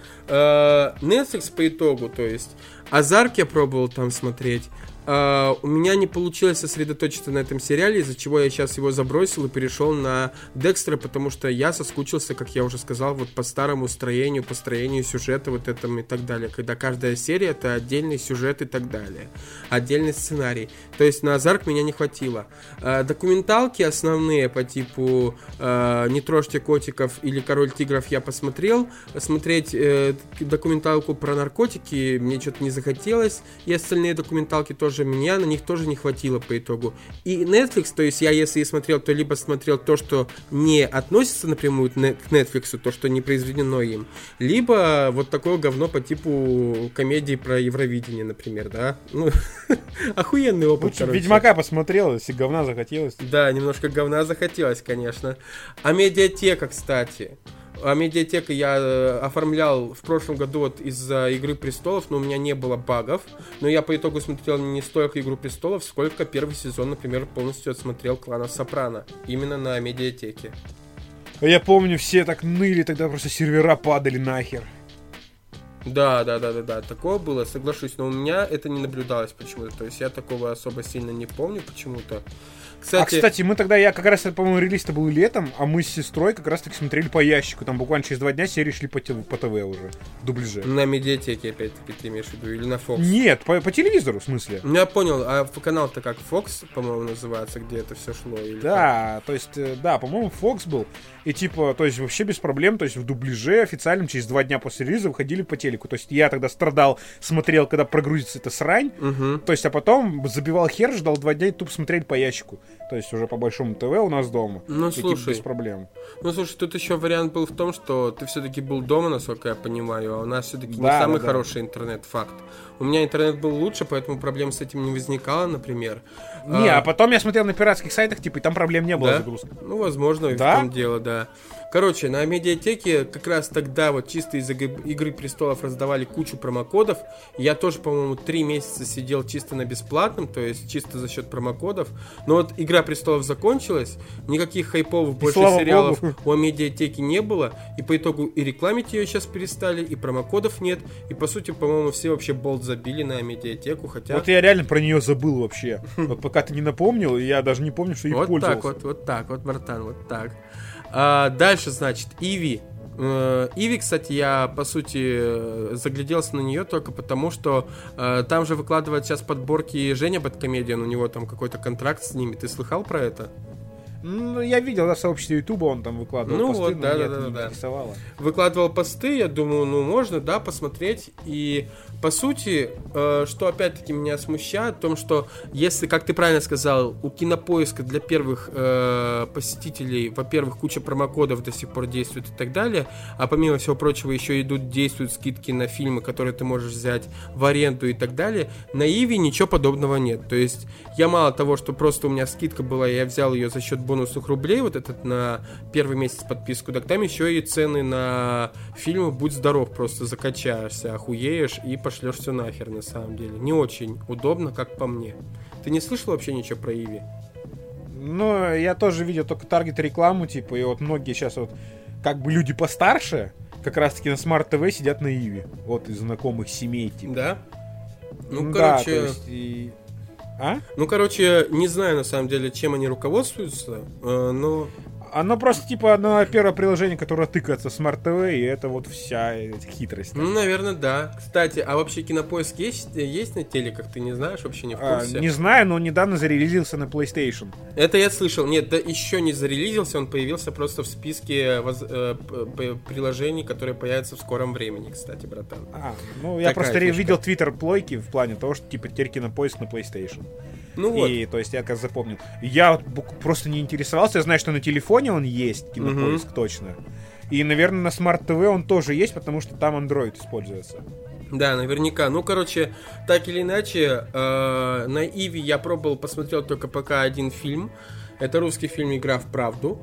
Netflix по итогу, то есть «Озарк» я пробовал там смотреть. У меня не получилось сосредоточиться на этом сериале, из-за чего я сейчас его забросил и перешел на Декстера, потому что я соскучился, как я уже сказал, вот по старому построению сюжета вот этому и так далее, когда каждая серия — это отдельный сюжет и так далее, отдельный сценарий. То есть на «Озарк» меня не хватило. Документалки основные по типу «Не трожьте котиков» или «Король тигров» я посмотрел. Смотреть документалку про наркотики мне что-то не захотелось, и остальные документалки тоже меня на них тоже не хватило по итогу. И Netflix, то есть я если и смотрел, то либо смотрел то, что не относится напрямую к Netflix, то, что не произведено им, либо вот такое говно по типу комедии про Евровидение, например, да. Ну, охуенный опыт, короче. «Ведьмака» посмотрел, если говна захотелось. Да, немножко говна захотелось, конечно. А «Медиатека», кстати. А «Медиатека» я оформлял в прошлом году вот из-за «Игры престолов», но у меня не было багов. Но я по итогу смотрел не столько «Игру престолов», сколько первый сезон, например, полностью отсмотрел «Клана Сопрано». Именно на «Медиатеке». Я помню, все так ныли, тогда просто сервера падали нахер. Да, такое было, соглашусь, но у меня это не наблюдалось почему-то. То есть я такого особо сильно не помню почему-то. Кстати, я как раз, по-моему, релиз-то был летом, а мы с сестрой как раз таки смотрели по ящику. Там буквально через 2 дня серии шли по ТВ уже, в дубляже. На «Медиатеке», опять-таки, ты имеешь в виду, или на Fox? Нет, по телевизору, в смысле. Ну, я понял, а канал-то как, Fox, по-моему, называется, где это все шло? Или да, как? То есть, да, по-моему, Fox был. И типа, то есть вообще без проблем, то есть в дубляже официальном через 2 дня после релиза выходили по телеку. То есть я тогда страдал, смотрел, когда прогрузится эта срань, то есть, а потом забивал хер, ждал 2 дня и тупо смотрели по ящику. То есть уже по большому ТВ у нас дома. Ну, слушай, типа, без проблем. Ну, слушай, тут еще вариант был в том, что ты все-таки был дома, насколько я понимаю, а у нас все-таки не самый хороший интернет, факт. У меня интернет был лучше, поэтому проблем с этим не возникало, например. А потом я смотрел на пиратских сайтах, типа, и там проблем не было, да? загрузки. Ну, возможно, в том дело, да. Короче, на медиатеке как раз тогда вот чисто из-за Игры Престолов раздавали кучу промокодов. Я тоже, по-моему, 3 месяца сидел чисто на бесплатном, то есть чисто за счет промокодов. Но вот Игра Престолов закончилась, никаких хайповых больше сериалов у медиатеки не было. И по итогу и рекламить ее сейчас перестали, и промокодов нет. И по сути, по-моему, все вообще болт забили на медиатеку, хотя... Вот я реально про нее забыл вообще. Вот пока ты не напомнил, я даже не помню, что ей пользовался. Вот так, братан, вот так. Дальше, значит, Иви. Иви, кстати, я, по сути, загляделся на нее только потому, что там же выкладывает сейчас подборки Женя Бэдкомедиан, у него там какой-то контракт с ними. Ты слыхал про это? Ну, я видел, в сообществе Ютуба он там выкладывал посты, вот, но меня это не интересовало. Выкладывал посты, я думаю, можно, да, посмотреть. И, по сути, что опять-таки меня смущает, в том, что если, как ты правильно сказал, у Кинопоиска для первых посетителей, во-первых, куча промокодов до сих пор действует и так далее, а помимо всего прочего еще действуют скидки на фильмы, которые ты можешь взять в аренду и так далее, на Иви ничего подобного нет. То есть, я мало того, что просто у меня скидка была, я взял ее за счет бонусных рублей, вот этот на первый месяц подписку, так там еще и цены на фильмы «Будь здоров», просто закачаешься, охуеешь и пошлешь все нахер, на самом деле. Не очень удобно, как по мне. Ты не слышал вообще ничего про Иви? Ну, я тоже видел только таргет-рекламу, типа, и вот многие сейчас вот, как бы люди постарше, как раз-таки на Smart TV сидят на Иви, вот из знакомых семей, типа. Да? Ну, да, короче... то есть и... Ну, короче, не знаю, на самом деле, чем они руководствуются, но... Оно просто, типа, одно первое приложение, которое тыкается в Smart TV, и это вот вся хитрость. Ну, наверное, да. Кстати, а вообще Кинопоиск есть на телеках? Ты не знаешь, вообще не в курсе? Не знаю, но недавно зарелизился на PlayStation. Это я слышал. Нет, да еще не зарелизился, он появился просто в списке приложений, которые появятся в скором времени, кстати, братан. Ну, я просто видел твиттер-плойки в плане того, что, типа, теперь Кинопоиск на PlayStation. Ну вот. И, то есть, я как запомнил. Я просто не интересовался, я знаю, что на телефоне он есть, Кинопоиск, точно. И, наверное, на Smart TV он тоже есть, потому что там Android используется. Да, наверняка. Ну, короче, так или иначе, на Иви я посмотрел только пока один фильм. Это русский фильм «Игра в правду».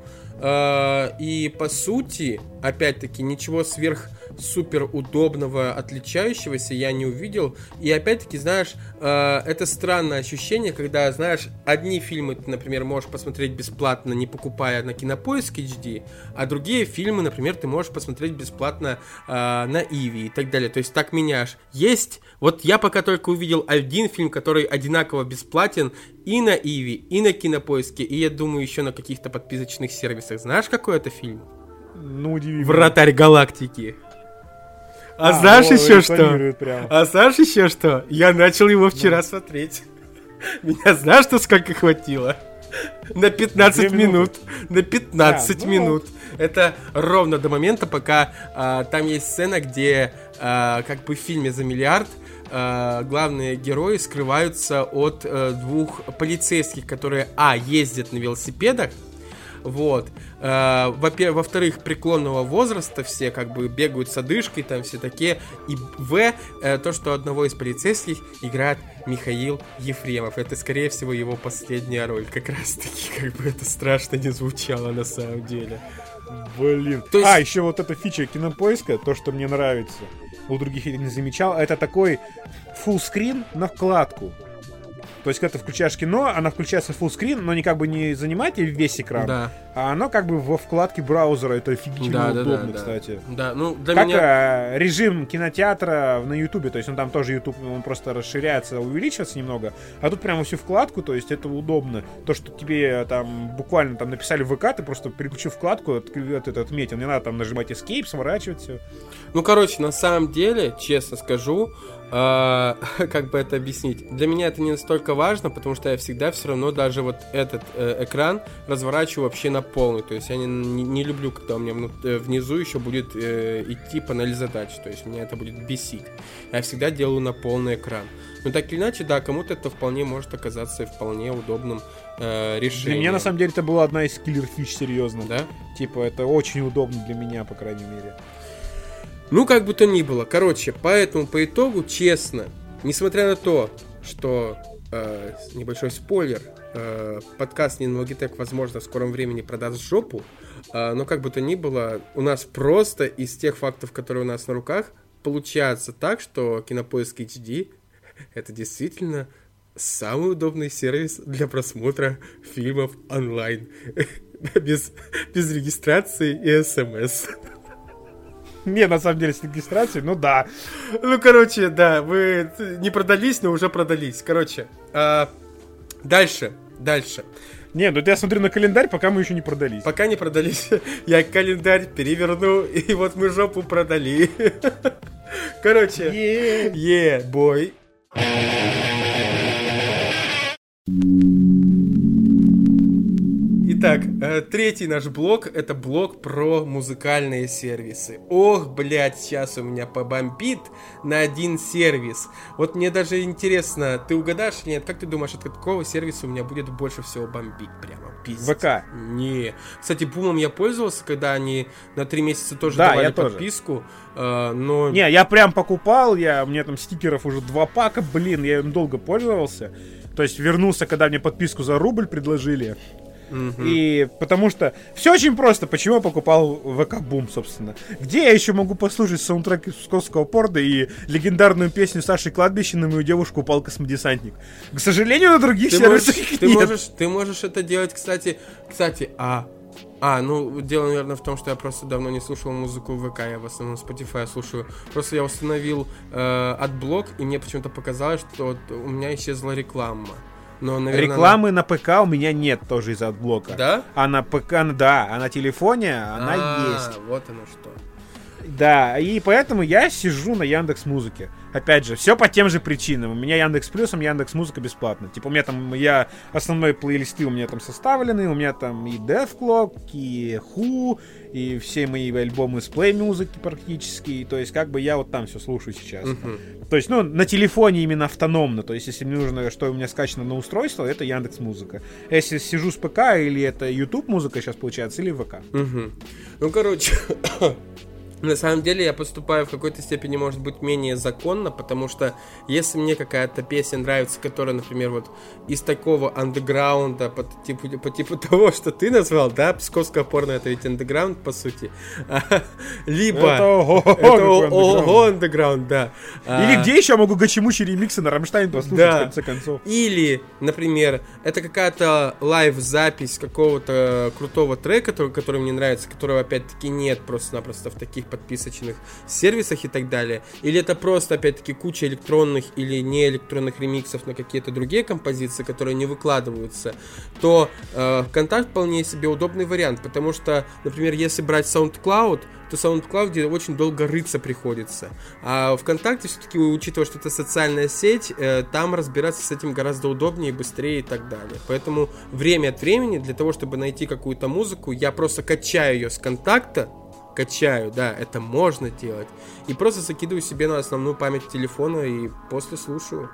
И, по сути, опять-таки, ничего супер удобного, отличающегося я не увидел. И, опять-таки, знаешь, это странное ощущение, когда, знаешь, одни фильмы ты, например, можешь посмотреть бесплатно, не покупая на Кинопоиск HD, а другие фильмы, например, ты можешь посмотреть бесплатно на Иви и так далее. То есть так меняешь. Вот я пока только увидел один фильм, который одинаково бесплатен и на Иви, и на Кинопоиске, и, я думаю, еще на каких-то подписочных сервисах. Знаешь, какой это фильм? Ну, удиви. «Вратарь галактики». Знаешь еще что? Знаешь еще что? Я начал его вчера смотреть. Меня знаешь, что сколько хватило? На 15 минут. На 15 минут. Это ровно до момента, пока там есть сцена, где как бы в фильме «За миллиард» главные герои скрываются от двух полицейских, которые ездят на велосипедах. Вот. Во-вторых, преклонного возраста все как бы бегают с одышкой, там все такие. И то, что одного из полицейских играет Михаил Ефремов. Это, скорее всего, его последняя роль. Как раз таки, как бы это страшно не звучало на самом деле. Блин. Еще вот эта фича Кинопоиска, то, что мне нравится, у других я не замечал, это такой фуллскрин на вкладку. То есть, когда ты включаешь кино, она включается в фуллскрин, но не как бы не занимает весь экран, а оно как бы во вкладке браузера. Это офигительно удобно, кстати. Да, ну для как меня... режим кинотеатра на Ютубе, то есть он там тоже Ютуб, он просто расширяется, увеличивается немного, а тут прямо всю вкладку, то есть это удобно. То, что тебе там буквально там написали в ВК, ты просто переключив вкладку, отметил, не надо там нажимать Escape, сворачивать все. Ну, короче, на самом деле, честно скажу, как бы это объяснить, для меня это не настолько важно, потому что я всегда все равно даже вот этот экран разворачиваю вообще на полный, то есть я не люблю, когда у меня внизу еще будет идти панель задач, то есть меня это будет бесить. Я всегда делаю на полный экран. Но так или иначе, да, кому-то это вполне может оказаться вполне удобным решением. Для меня, на самом деле, это была одна из киллер-фич, серьезно. Да? Типа, это очень удобно для меня, по крайней мере. Ну, как бы то ни было. Короче, поэтому по итогу, честно, несмотря на то, что небольшой спойлер, подкаст Logitech, возможно, в скором времени продаст жопу, но как бы то ни было, у нас просто из тех фактов, которые у нас на руках, получается так, что Кинопоиск HD это действительно самый удобный сервис для просмотра фильмов онлайн. Без регистрации и СМС. Не, на самом деле, с регистрацией, ну да. Ну, короче, да, вы не продались, но уже продались. Короче, дальше. Не, ну я смотрю на календарь, пока мы еще не продались. Пока не продались, я календарь переверну, и вот мы жопу продали. Короче, бой. Итак, третий наш блок — это блок про музыкальные сервисы. Ох, блядь, сейчас у меня побомбит на один сервис. Вот мне даже интересно, ты угадаешь или нет, как ты думаешь, от какого сервиса у меня будет больше всего бомбить? Прямо пиздец. ВК. Не. Кстати, Бумом я пользовался, когда они на 3 месяца тоже давали подписку. Но... Не, я прям покупал, у меня там стикеров уже 2 пака, блин, я им долго пользовался. То есть вернулся, когда мне подписку за рубль предложили. И потому что все очень просто. Почему я покупал ВК Бум, собственно? Где я еще могу послушать саундтрек Псковского порта и легендарную песню Саши Кладбищина «Мою девушку упал космодесантник»? К сожалению, на других сервисах нет. Ты можешь это делать, кстати, ну, дело, наверное, в том, что я просто давно не слушал музыку в ВК, я в основном Spotify слушаю. Просто я установил отблок, и мне почему-то показалось, что у меня исчезла реклама. Но, наверное, рекламы на ПК у меня нет тоже из-за отблока. Да? А на ПК, да, а на телефоне она есть. Вот оно что. Да, и поэтому я сижу на Яндекс.Музыке. Опять же, все по тем же причинам. У меня Яндекс Плюсом, Яндекс.Музыка бесплатно. Типа, у меня там, основные плейлисты у меня там составлены. У меня там и Deathclock, и Who, и все мои альбомы с плей-музыки практически. То есть, как бы я вот там все слушаю сейчас. То есть, ну, на телефоне именно автономно. То есть, если мне нужно, что у меня скачано на устройство, это Яндекс.Музыка. Если сижу с ПК, или это YouTube-музыка сейчас получается, или ВК. Ну, короче... На самом деле я поступаю в какой-то степени, может быть, менее законно, потому что если мне какая-то песня нравится, которая, например, вот из такого андеграунда, по типу того, что ты назвал, да, Псковское порно, это ведь андеграунд, по сути, либо... Это ого андеграунд, да. Или где еще я могу гачи-мучи ремиксы на Рамштайн послушать, в конце концов. Или, например, это какая-то лайв-запись какого-то крутого трека, который мне нравится, которого, опять-таки, нет просто-напросто в таких подписочных сервисах и так далее, или это просто, опять-таки, куча электронных или неэлектронных ремиксов на какие-то другие композиции, которые не выкладываются, то ВКонтакт вполне себе удобный вариант, потому что, например, если брать SoundCloud, то в SoundCloud очень долго рыться приходится, а ВКонтакте все-таки, учитывая, что это социальная сеть, там разбираться с этим гораздо удобнее, быстрее и так далее, поэтому время от времени для того, чтобы найти какую-то музыку, я просто качаю ее с контакта, да, это можно делать. И просто закидываю себе на основную память телефона и после слушаю.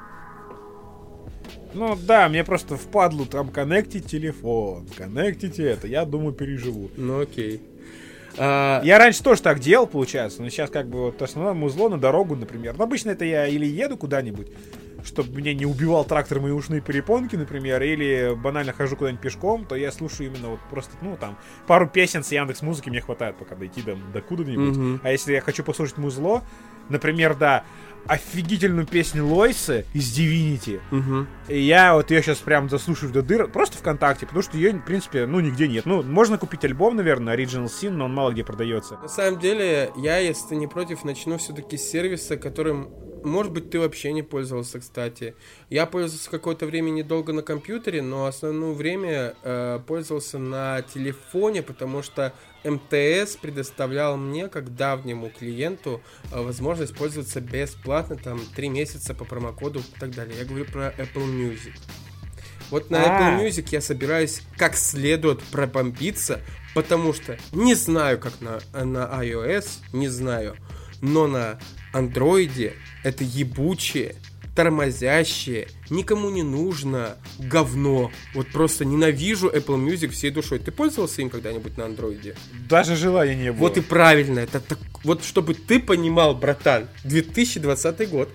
Ну да, мне просто впадлу там коннектить телефон, коннектите это, я думаю, переживу. Ну окей. Я раньше тоже так делал, получается, но сейчас как бы вот основное музло на дорогу, например. Но обычно это я или еду куда-нибудь, чтобы меня не убивал трактор мои ушные перепонки, например, или банально хожу куда-нибудь пешком, то я слушаю именно вот просто, ну, там, пару песен с Яндекс.Музыки мне хватает, пока дойти до куда-нибудь. А если я хочу послушать музло, например, да, офигительную песню Лойсы из Divinity, и я вот ее сейчас прям заслушаю до дыр, просто ВКонтакте, потому что ее, в принципе, ну, нигде нет. Ну, можно купить альбом, наверное, Original Sin, но он мало где продается. На самом деле, я, если ты не против, начну все-таки с сервиса, которым, может быть, ты вообще не пользовался, кстати. Я пользовался какое-то время недолго на компьютере, но основное время пользовался на телефоне, потому что МТС предоставлял мне, как давнему клиенту, возможность пользоваться бесплатно, там, 3 месяца по промокоду и так далее. Я говорю про Apple Music. Вот на Apple Music я собираюсь как следует пробомбиться, потому что не знаю, как на iOS, не знаю, но на Андроиде это ебучее, тормозящее, никому не нужно говно. Вот просто ненавижу Apple Music всей душой. Ты пользовался им когда-нибудь на андроиде? Даже желания не было. Вот и правильно. Это так, вот чтобы ты понимал, братан, 2020 год.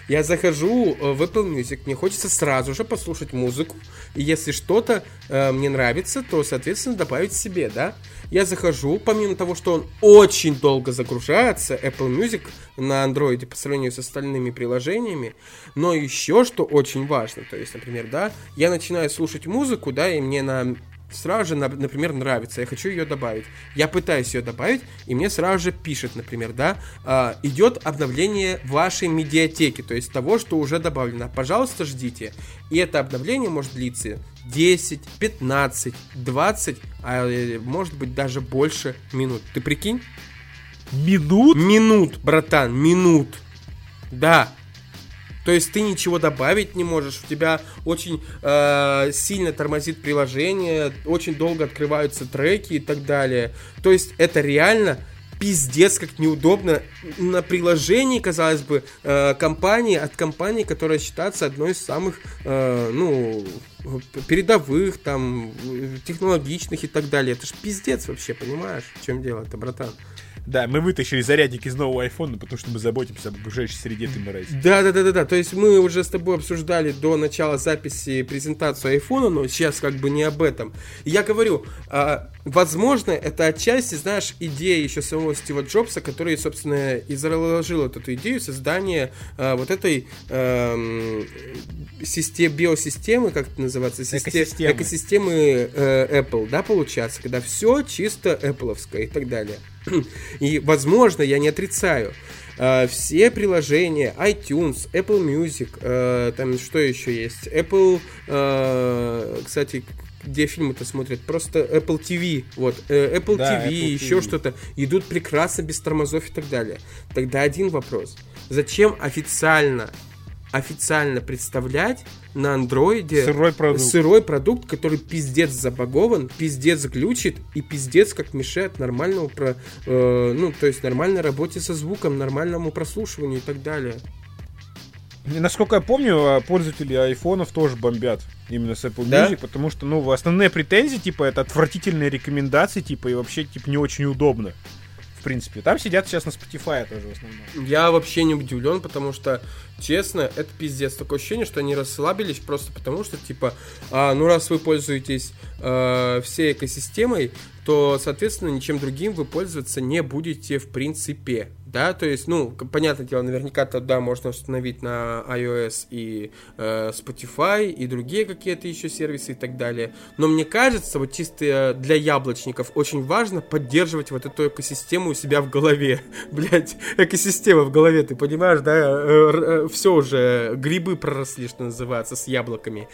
Я захожу в Apple Music, мне хочется сразу же послушать музыку, и если что-то мне нравится, то, соответственно, добавить себе, да. Я захожу, помимо того, что он очень долго загружается, Apple Music на Android по сравнению с остальными приложениями, но еще что очень важно, то есть, например, да, я начинаю слушать музыку, да, и мне сразу же, например, нравится, я хочу ее добавить. Я пытаюсь ее добавить, и мне сразу же пишет, например, да, идет обновление вашей медиатеки, то есть того, что уже добавлено. Пожалуйста, ждите. И это обновление может длиться 10, 15, 20, а может быть даже больше минут. Ты прикинь? Минут? Минут, братан, минут. Да. То есть ты ничего добавить не можешь, у тебя очень сильно тормозит приложение, очень долго открываются треки и так далее. То есть это реально пиздец как неудобно на приложении, казалось бы, от компании, которая считается одной из самых, передовых, там, технологичных и так далее. Это ж пиздец вообще, понимаешь, в чем дело-то, братан? Да, мы вытащили зарядник из нового айфона, потому что мы заботимся об окружающей среде, ты мразь. Да. То есть мы уже с тобой обсуждали до начала записи презентацию айфона, но сейчас как бы не об этом. И я говорю, возможно, это отчасти, знаешь, идея еще самого Стива Джобса, который, собственно, и заложил вот эту идею создания вот этой биосистемы, как это называется? Экосистемы Apple, да, получается, когда все чисто Apple'овское и так далее. И, возможно, я не отрицаю, все приложения, iTunes, Apple Music, там что еще есть, Apple, кстати, где фильмы-то смотрят, просто Apple TV, вот, Apple TV, еще что-то, идут прекрасно, без тормозов и так далее. Тогда один вопрос, зачем официально представлять на андроиде сырой продукт, который пиздец забагован, пиздец глючит и пиздец как мешает нормальному то есть нормальной работе со звуком, нормальному прослушиванию и так далее. Насколько я помню, пользователи айфонов тоже бомбят именно с Apple Music, потому что, основные претензии, типа, это отвратительные рекомендации, типа, и вообще, типа, не очень удобно. В принципе. Там сидят сейчас на Spotify тоже в основном. Я вообще не удивлен, потому что, честно, это пиздец. Такое ощущение, что они расслабились просто потому, что, типа, раз вы пользуетесь всей экосистемой, то, соответственно, ничем другим вы пользоваться не будете в принципе. Да, то есть, понятное дело, наверняка тогда можно установить на iOS и Spotify, и другие какие-то еще сервисы и так далее. Но мне кажется, вот чисто для яблочников очень важно поддерживать вот эту экосистему у себя в голове. Блять, экосистема в голове, ты понимаешь, да? Все уже, грибы проросли, что называется, с яблоками.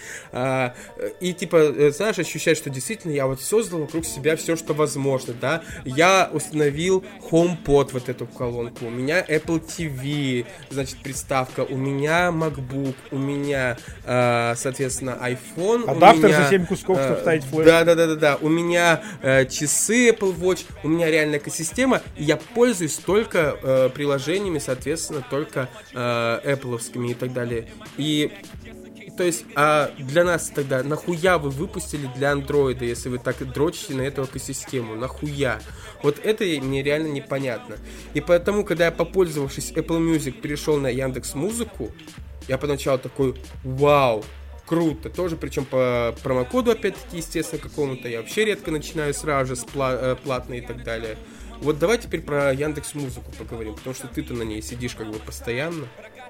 И типа, знаешь, ощущать, что действительно я вот создал вокруг себя все, что возможно, да? Я установил HomePod, вот эту колонку. У меня Apple TV, значит, приставка, у меня MacBook, у меня, соответственно, iPhone. Адаптер за 7 кусков, чтобы вставить флеш. Да. У меня часы Apple Watch, у меня реально экосистема, и я пользуюсь только приложениями, соответственно, только Apple'овскими и так далее. И то есть, для нас тогда, нахуя вы выпустили для андроида, если вы так дрочите на эту экосистему? Нахуя? Вот это мне реально непонятно. И поэтому, когда я, попользовавшись Apple Music, перешел на Яндекс.Музыку, я поначалу такой, вау, круто. Тоже, причем по промокоду, опять-таки, естественно, какому-то. Я вообще редко начинаю сразу же с платной и так далее. Вот давай теперь про Яндекс.Музыку поговорим, потому что ты-то на ней сидишь как бы постоянно.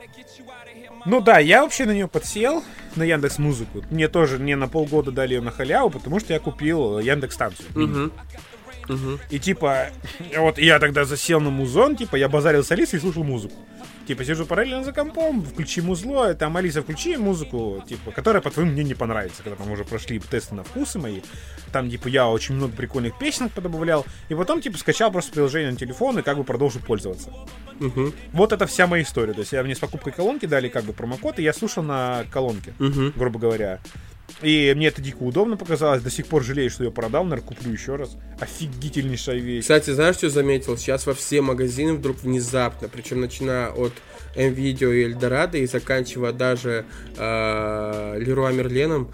Ну да, я вообще на нее подсел, на Яндекс.Музыку. Мне тоже не на полгода дали ее на халяву, потому что я купил Яндекс.Станцию. И типа, вот я тогда засел на Музон, типа, я базарил с Алисой и слушал музыку. Типа, сижу параллельно за компом, включи музло, там, Алиса, включи музыку, типа, которая, по твоему мнению, не понравится, когда там уже прошли тесты на вкусы мои. Там, типа, я очень много прикольных песен подобавлял, и потом, типа, скачал просто приложение на телефон и как бы продолжил пользоваться. Вот это вся моя история. То есть, мне с покупкой колонки дали, как бы, промокод, и я слушал на колонке, грубо говоря. И мне это дико удобно показалось. До сих пор жалею, что я продал. Наверное, куплю еще раз. Офигительнейшая вещь. Кстати, знаешь, что заметил? Сейчас во все магазины вдруг внезапно, причем начиная от МВидео и Эльдорадо и заканчивая даже Леруа Мерленом,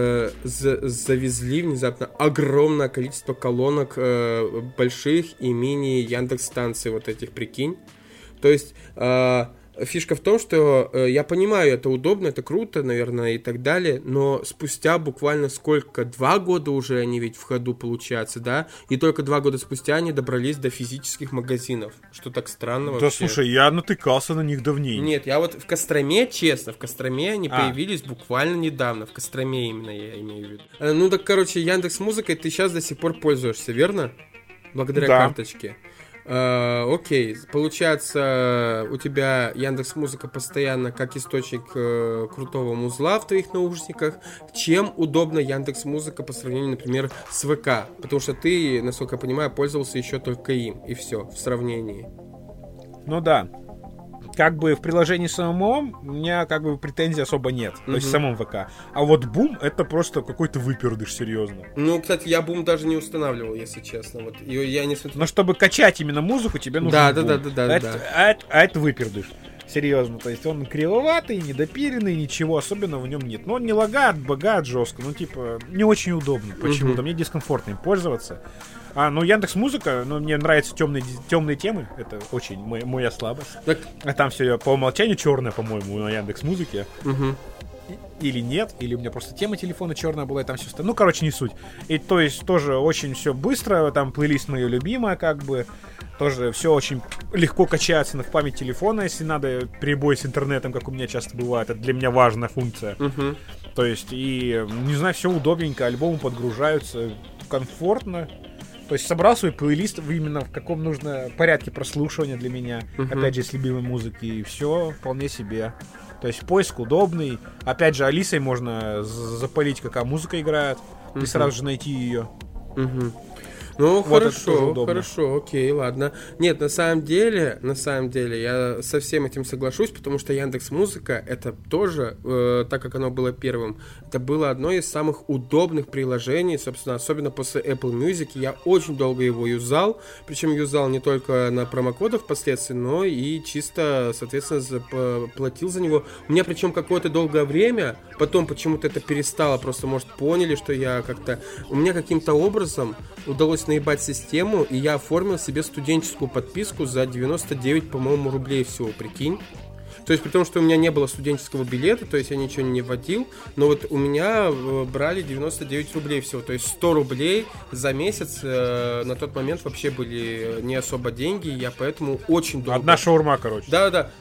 завезли внезапно огромное количество колонок больших и мини Яндекс-станций вот этих, прикинь. То есть фишка в том, что я понимаю, это удобно, это круто, наверное, и так далее, но спустя буквально сколько, 2 года уже они ведь в ходу получаются, да, и только 2 года спустя они добрались до физических магазинов, что так странно вообще. Да, слушай, я натыкался на них давнее. Нет, я вот в Костроме, честно, в Костроме они появились буквально недавно, в Костроме именно я имею в виду. Ну так, короче, Яндекс.Музыкой ты сейчас до сих пор пользуешься, верно? Благодаря карточке. Окей, получается, у тебя Яндекс.Музыка постоянно как источник крутого музла в твоих наушниках. Чем удобна Яндекс.Музыка по сравнению, например, с ВК? Потому что ты, насколько я понимаю, пользовался еще только им, и все, в сравнении. Ну да. Как бы в приложении самом у меня как бы претензий особо нет. То есть в самом ВК. А вот Бум это просто какой-то выпердыш, серьезно. Ну, кстати, я Бум даже не устанавливал, если честно. Вот, я не смотрю. Но чтобы качать именно музыку, тебе нужно Бум. Да. А это выпердыш. Серьезно, то есть он кривоватый, недопиленный, ничего особенного в нем нет. Но он не лагает, багает жестко, ну типа не очень удобно почему-то, мне дискомфортно им пользоваться. Ну Яндекс.Музыка, мне нравятся темные темы, это очень моя слабость. Так. А там все по умолчанию черное, по-моему, на Яндекс.Музыке. Или нет, или у меня просто тема телефона черная была, и там все остальное. Ну, короче, не суть. И то есть тоже очень все быстро, там плейлист мое любимое, как бы. Тоже все очень легко качается в память телефона, если надо, перебой с интернетом, как у меня часто бывает. Это для меня важная функция. То есть, и, не знаю, все удобненько, альбомы подгружаются комфортно. То есть собрал свой плейлист именно в каком нужно порядке прослушивания для меня. Опять же, с любимой музыки. И все вполне себе. То есть поиск удобный. Опять же, Алисой можно запалить, какая музыка играет. И сразу же найти ее. Ну, вот хорошо, окей, ладно. Нет, на самом деле, я со всем этим соглашусь, потому что Яндекс.Музыка, это тоже, так как оно было первым, это было одно из самых удобных приложений, собственно, особенно после Apple Music. Я очень долго его юзал, причем юзал не только на промокодах впоследствии, но и чисто, соответственно, платил за него. У меня причем какое-то долгое время, потом почему-то это перестало, просто, может, поняли, что я как-то... У меня каким-то образом удалось наебать систему, и я оформил себе студенческую подписку за 99, по-моему, рублей всего, прикинь. То есть, при том, что у меня не было студенческого билета, то есть я ничего не вводил, но вот у меня брали 99 рублей всего, то есть 100 рублей за месяц на тот момент вообще были не особо деньги, я поэтому очень долго... Одна шаурма, короче. Да.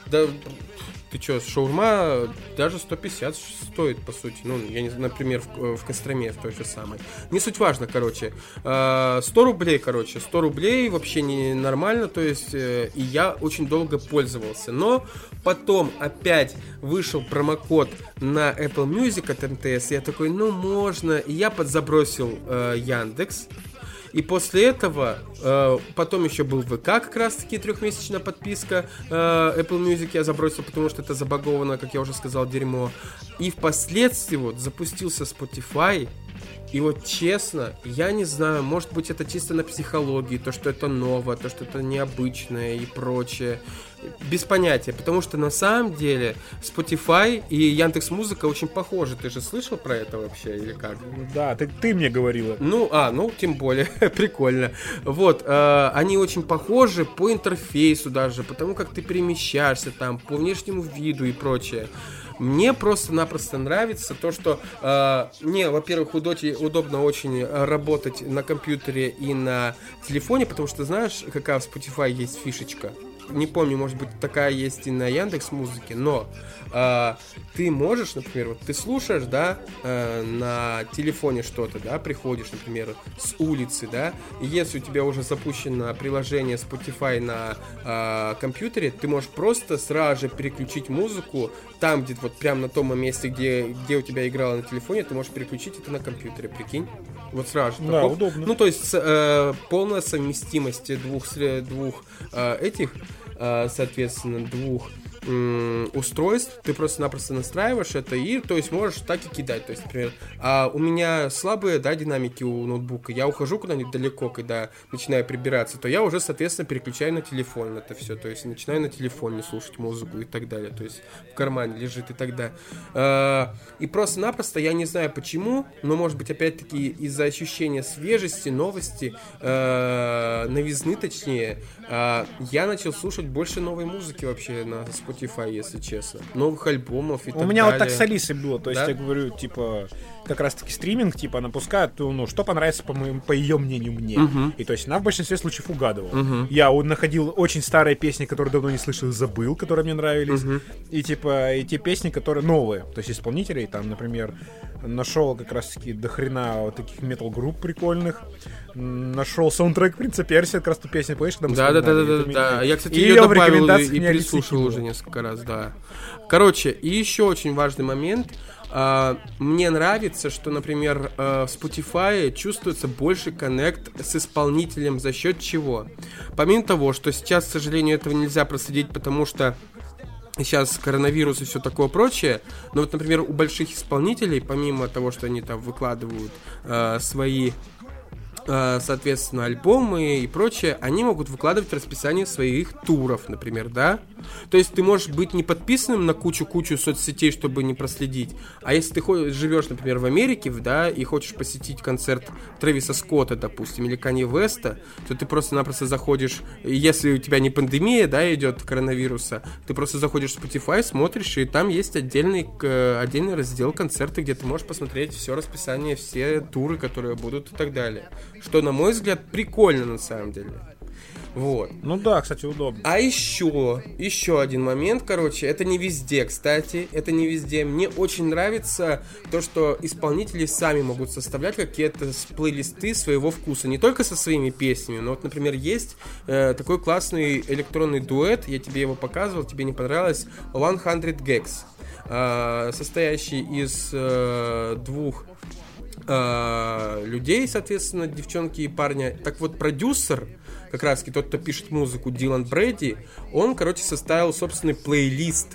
Ты чё, шаурма даже 150 стоит, по сути. Ну, я не знаю, например, в Костроме, в той же самой. Не суть важно, короче. 100 рублей, короче. 100 рублей вообще не нормально, то есть, и я очень долго пользовался. Но потом опять вышел промокод на Apple Music от МТС, я такой, можно. И я подзабросил Яндекс. И после этого, потом еще был ВК, как раз таки 3-месячная подписка Apple Music я забросил, потому что это забаговано, как я уже сказал, дерьмо. И впоследствии вот запустился Spotify. И вот честно, я не знаю, может быть это чисто на психологии, то, что это новое, то, что это необычное и прочее. Без понятия, потому что на самом деле Spotify и Яндекс.Музыка очень похожи. Ты же слышал про это вообще или как? Да, ты мне говорила. Ну, тем более, прикольно. Вот, они очень похожи по интерфейсу даже, потому как ты перемещаешься там, по внешнему виду и прочее. Мне просто-напросто нравится то, что мне, во-первых, удобно очень работать на компьютере и на телефоне, потому что знаешь, какая в Spotify есть фишечка? Не помню, может быть, такая есть и на Яндекс.Музыке, но ты можешь, например, вот ты слушаешь, да, на телефоне что-то, да, приходишь, например, с улицы, да, и если у тебя уже запущено приложение Spotify на компьютере, ты можешь просто сразу же переключить музыку там, где вот прямо на том месте, где у тебя играло на телефоне, ты можешь переключить это на компьютере, прикинь. Вот сразу же. Да, удобно. Ну, то есть полная совместимость двух этих, соответственно, двух устройств, ты просто-напросто настраиваешь это и, то есть, можешь так и кидать. То есть, например, у меня слабые, да, динамики у ноутбука, я ухожу куда-нибудь далеко, когда начинаю прибираться, то я уже, соответственно, переключаю на телефон это все, то есть, начинаю на телефоне слушать музыку и так далее, то есть, в кармане лежит и тогда. И просто-напросто, я не знаю почему, но, может быть, опять-таки, из-за ощущения свежести, новости, новизны, точнее, я начал слушать больше новой музыки вообще на Spotify. Spotify, если честно. Новых альбомов и так далее. У меня вот так с Алисой было, то есть да? я говорю, типа, как раз-таки стриминг, типа, она пускает, ну, что понравится, по ее мнению, мне. И то есть она в большинстве случаев угадывала. Я находил очень старые песни, которые давно не слышал и забыл, которые мне нравились. И типа, и те песни, которые новые, то есть исполнителей, там, например, нашел как раз-таки до хрена вот таких метал-групп прикольных. Нашел саундтрек «Принца Персии», как раз ту песню, помнишь, когда мы вспоминали? Да. Я, кстати, ее добавил и переслушал уже несколько раз, да. Короче, и еще очень важный момент. Мне нравится, что, например, в Spotify чувствуется больше коннект с исполнителем. За счет чего? Помимо того, что сейчас, к сожалению, этого нельзя проследить, потому что сейчас коронавирус и все такое прочее, но вот, например, у больших исполнителей, помимо того, что они там выкладывают свои, соответственно, альбомы и прочее, они могут выкладывать расписание своих туров, например, да? То есть ты можешь быть не подписанным на кучу-кучу соцсетей, чтобы не проследить, а если ты живешь, например, в Америке, да, и хочешь посетить концерт Трэвиса Скотта, допустим, или Канье Веста, то ты просто-напросто заходишь, если у тебя не пандемия, да, идет коронавируса, ты просто заходишь в Spotify, смотришь, и там есть отдельный раздел концерты, где ты можешь посмотреть все расписание, все туры, которые будут и так далее. Что, на мой взгляд, прикольно на самом деле. Вот. Ну да, кстати, удобно. А еще один момент, короче, это не везде, кстати, это не везде. Мне очень нравится то, что исполнители сами могут составлять какие-то плейлисты своего вкуса, не только со своими песнями, но вот, например, есть такой классный электронный дуэт, я тебе его показывал, тебе не понравилось, 100 Gags, состоящий из двух людей, соответственно, девчонки и парня. Так вот, продюсер, как раз тот, кто пишет музыку, Дилан Брэди, он, короче, составил собственный плейлист,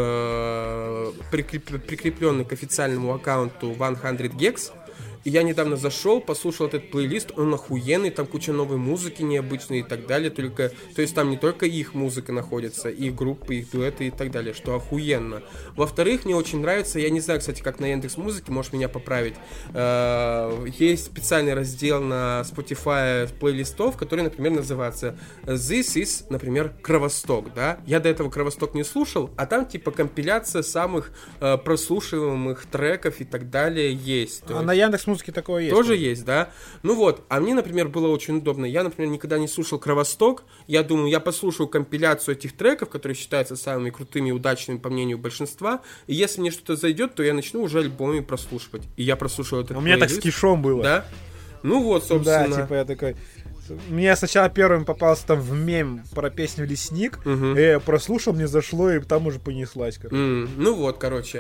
прикрепленный к официальному аккаунту 100 Gags. И я недавно зашел, послушал этот плейлист, он охуенный, там куча новой музыки необычной и так далее, то есть там не только их музыка находится, их группы, их дуэты и так далее, что охуенно. Во-вторых, мне очень нравится, я не знаю, кстати, как на Яндекс.Музыке, можешь меня поправить, есть специальный раздел на Spotify плейлистов, который, например, называется This is, например, Кровосток, да? Я до этого Кровосток не слушал, а там типа компиляция самых прослушиваемых треков и так далее есть. А на Яндекс.Музыке такое есть. Тоже есть, да? Ну вот, а мне, например, было очень удобно. Я, например, никогда не слушал Кровосток. Я думаю, я послушаю компиляцию этих треков, которые считаются самыми крутыми и удачными, по мнению большинства. И если мне что-то зайдет, то я начну уже альбомы прослушивать. И я прослушал этот плейлист. У меня так с Кишом было. Да? Ну вот, собственно. Да, типа я такой... Мне сначала первым попался там в мем про песню «Лесник», я прослушал, мне зашло, и там уже понеслась. Ну вот, короче.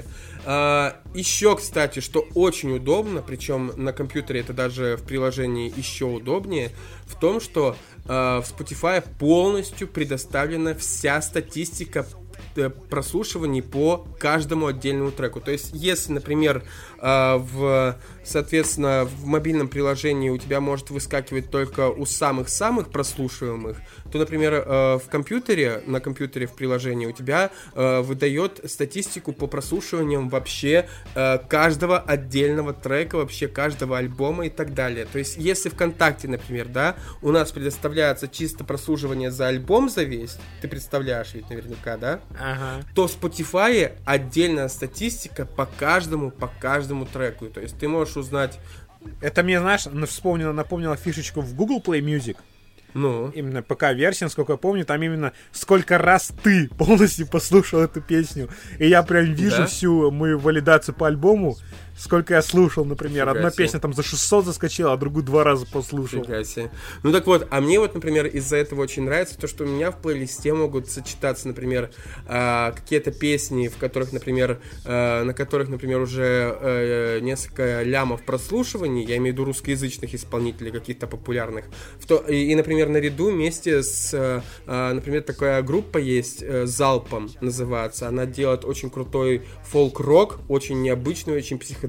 Еще, кстати, что очень удобно, причем на компьютере это даже в приложении еще удобнее, в том, что в Spotify полностью предоставлена вся статистика прослушиваний по каждому отдельному треку. То есть, если, например, соответственно, в мобильном приложении у тебя может выскакивать только у самых-самых прослушиваемых, то, например, на компьютере в приложении у тебя выдает статистику по прослушиваниям вообще каждого отдельного трека, вообще каждого альбома и так далее. То есть, если ВКонтакте, например, да, у нас предоставляется чисто прослушивание за альбом за весь, ты представляешь ведь наверняка, да? Ага. То в Spotify отдельная статистика по каждому треку. То есть ты можешь узнать... Это мне, знаешь, напомнило фишечку в Google Play Music. Ну. Именно ПК-версия, насколько я помню, там именно сколько раз ты полностью послушал эту песню. И я прям вижу всю мою валидацию по альбому, сколько я слушал, например. Одна песня там за 600 заскочила, а другую 2 раза послушал. Ну так вот, а мне вот, например, из-за этого очень нравится то, что у меня в плейлисте могут сочетаться, например, какие-то песни, в которых, например, на которых, например, уже несколько лямов прослушиваний, я имею в виду русскоязычных исполнителей, каких-то популярных, и, например, наряду вместе с, например, такая группа есть, Залпом называется, она делает очень крутой фолк-рок, очень необычный, очень психоделичный,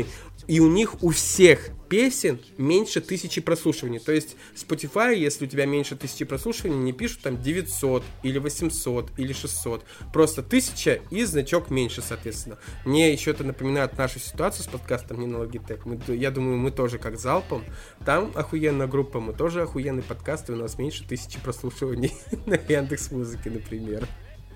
и у них у всех песен меньше 1000 прослушиваний. То есть Spotify, если у тебя меньше 1000 прослушиваний, не пишут там 900 или 800 или 600. Просто 1000 и значок меньше, соответственно. Мне еще это напоминает нашу ситуацию с подкастом «Не на Logitech». Я думаю, мы тоже как Залпом. Там охуенная группа, мы тоже охуенный подкаст, и у нас меньше 1000 прослушиваний на Яндекс.Музыке, например.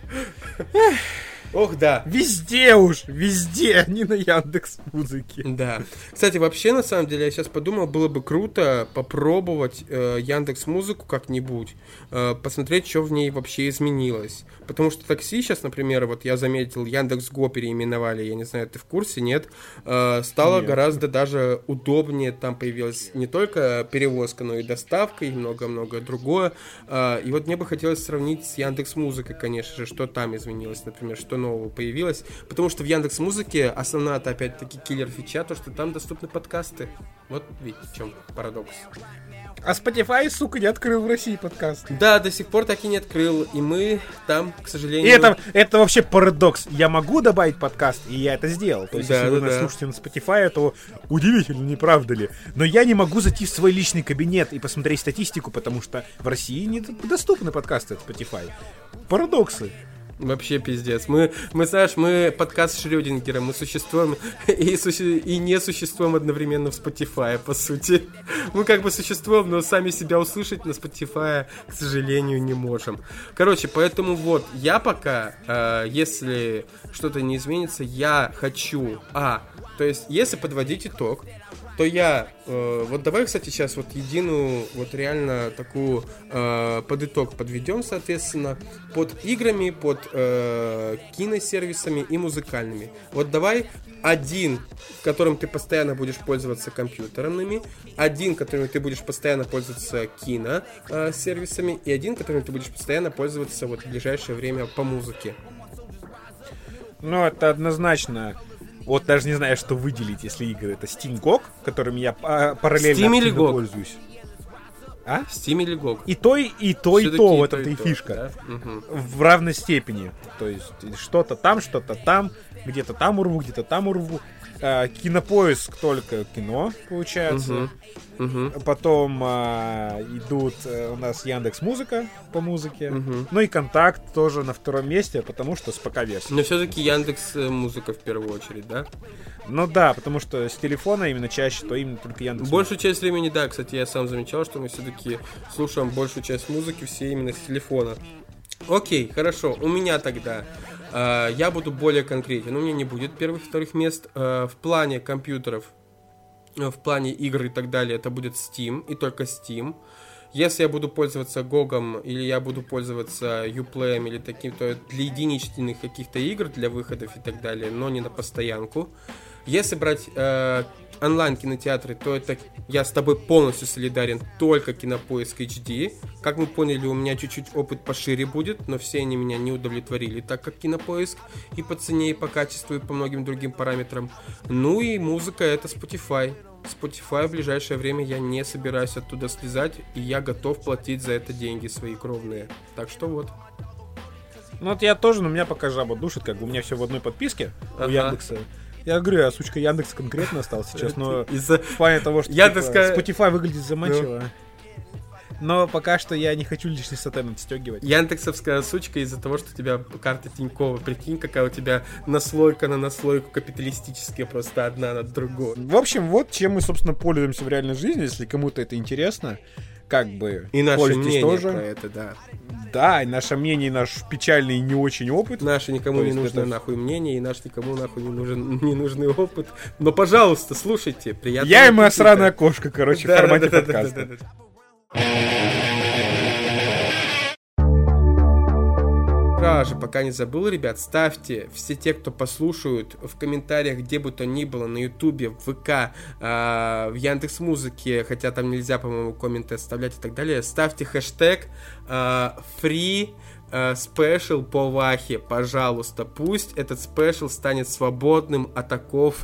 Ох, да. Везде уж, везде, не на Яндекс.Музыке. Да. Кстати, вообще, на самом деле, я сейчас подумал, было бы круто попробовать Яндекс.Музыку как-нибудь, посмотреть, что в ней вообще изменилось. Потому что такси сейчас, например, вот я заметил, Яндекс.Го переименовали, я не знаю, ты в курсе, нет? Стало Нет. гораздо даже удобнее, там появилась не только перевозка, но и доставка, и много-много другое. И вот мне бы хотелось сравнить с Яндекс.Музыкой, конечно же, что там изменилось, например, что нового появилось, потому что в Яндекс.Музыке основная-то опять-таки киллер-фича, то, что там доступны подкасты. Вот видите, в чем парадокс. А Spotify, сука, не открыл в России подкаст. Да, до сих пор так и не открыл, и мы там, к И сожалению... это вообще парадокс. Я могу добавить подкаст, и я это сделал. То есть, Да, если вы нас слушаете на Spotify, то удивительно, не правда ли? Но я не могу зайти в свой личный кабинет и посмотреть статистику, потому что в России недоступны подкасты от Spotify. Парадоксы. Вообще пиздец. Мы, знаешь, мы подкаст Шрёдингера, мы существуем и не существуем одновременно в Spotify, по сути. Мы как бы существуем, но сами себя услышать на Spotify, к сожалению, не можем. Короче, поэтому вот, я пока, если что-то не изменится, я хочу... то есть, если подводить итог, то я, вот давай, кстати, сейчас вот единую, вот реально такую под итог подведем, соответственно, под играми, под киносервисами и музыкальными. Вот давай один, которым ты постоянно будешь пользоваться компьютерными, один, которым ты будешь постоянно пользоваться киносервисами, и один, которым ты будешь постоянно пользоваться вот в ближайшее время по музыке. Ну, это однозначно... Вот даже не знаю, что выделить, если игры. Это Steam GOG, которым я параллельно Steam или GOG? пользуюсь. А? Steam или GOG? И то, и то, и то, вот это и фишка. Да? Угу. В равной степени. То есть что-то там, где-то там урву, где-то там урву. Кинопоиск только кино, получается. Потом идут у нас Яндекс.Музыка по музыке. Ну и Контакт тоже на втором месте, потому что с ПК-версией. Но все-таки Яндекс.Музыка в первую очередь, да? Ну да, потому что с телефона именно чаще, то именно только Яндекс. Большую часть времени, да, кстати, я сам замечал, что мы все-таки слушаем большую часть музыки все именно с телефона. Окей, хорошо, у меня тогда я буду более конкретен. У меня не будет первых, вторых мест. В плане компьютеров, в плане игр и так далее, это будет Steam и только Steam. Если я буду пользоваться GOG или я буду пользоваться Uplay или таким, то для единичных каких-то игр, для выходов и так далее, но не на постоянку. Если брать онлайн-кинотеатры, то это я с тобой полностью солидарен, только Кинопоиск HD. Как мы поняли, у меня чуть-чуть опыт пошире будет, но все они меня не удовлетворили, так как Кинопоиск и по цене, и по качеству, и по многим другим параметрам. Ну и музыка — это Spotify. Spotify в ближайшее время я не собираюсь оттуда слезать, и я готов платить за это деньги свои кровные. Так что вот. Ну вот я тоже, но меня пока жаба душит, как бы у меня все в одной подписке у Яндекса. Я говорю, а сучка Яндекс конкретно остался сейчас, но в плане того, что Spotify выглядит заманчиво. Но пока что я не хочу лишний сатен отстегивать. Яндексовская сучка из-за того, что у тебя карта Тинькова. Прикинь, какая у тебя наслойка на наслойку капиталистическая, просто одна над другой. В общем, вот чем мы, собственно, пользуемся в реальной жизни, если кому-то это интересно. Как бы и наше мнение тоже. Про это, да. Да, и наше мнение, и наш печальный и не очень опыт. Наше никому не нужное нахуй мнение, и наш никому нахуй не нужный опыт. Но, пожалуйста, слушайте, приятно. Я и моя сраная кошка, короче, в формате подкаста. Же, пока не забыл, ребят, ставьте все те, кто послушают, в комментариях, где бы то ни было, на Ютубе, в ВК, в Яндекс.Музыке, хотя там нельзя, по-моему, комменты оставлять и так далее, ставьте хэштег free special по Вахе, пожалуйста, пусть этот спешл станет свободным от оков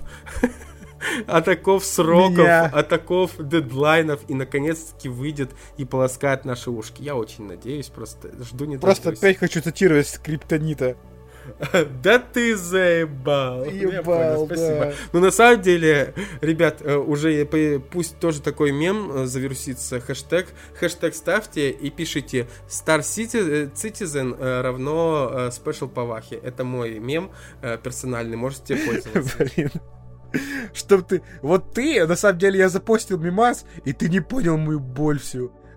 сроков, от оков дедлайнов и наконец-таки выйдет и полоскает наши ушки. Я очень надеюсь, просто жду не дождусь. Просто опять хочу цитировать Скриптонита. Да ты заебал. Я понял, спасибо. Да. Ну, на самом деле, ребят, уже пусть тоже такой мем завирусится, хэштег ставьте и пишите Star Citizen равно Special по Вахе. Это мой мем персональный, можете пользоваться. Блин. Чтоб ты... Вот ты, на самом деле, я запостил мемас, и ты не понял мою боль всю.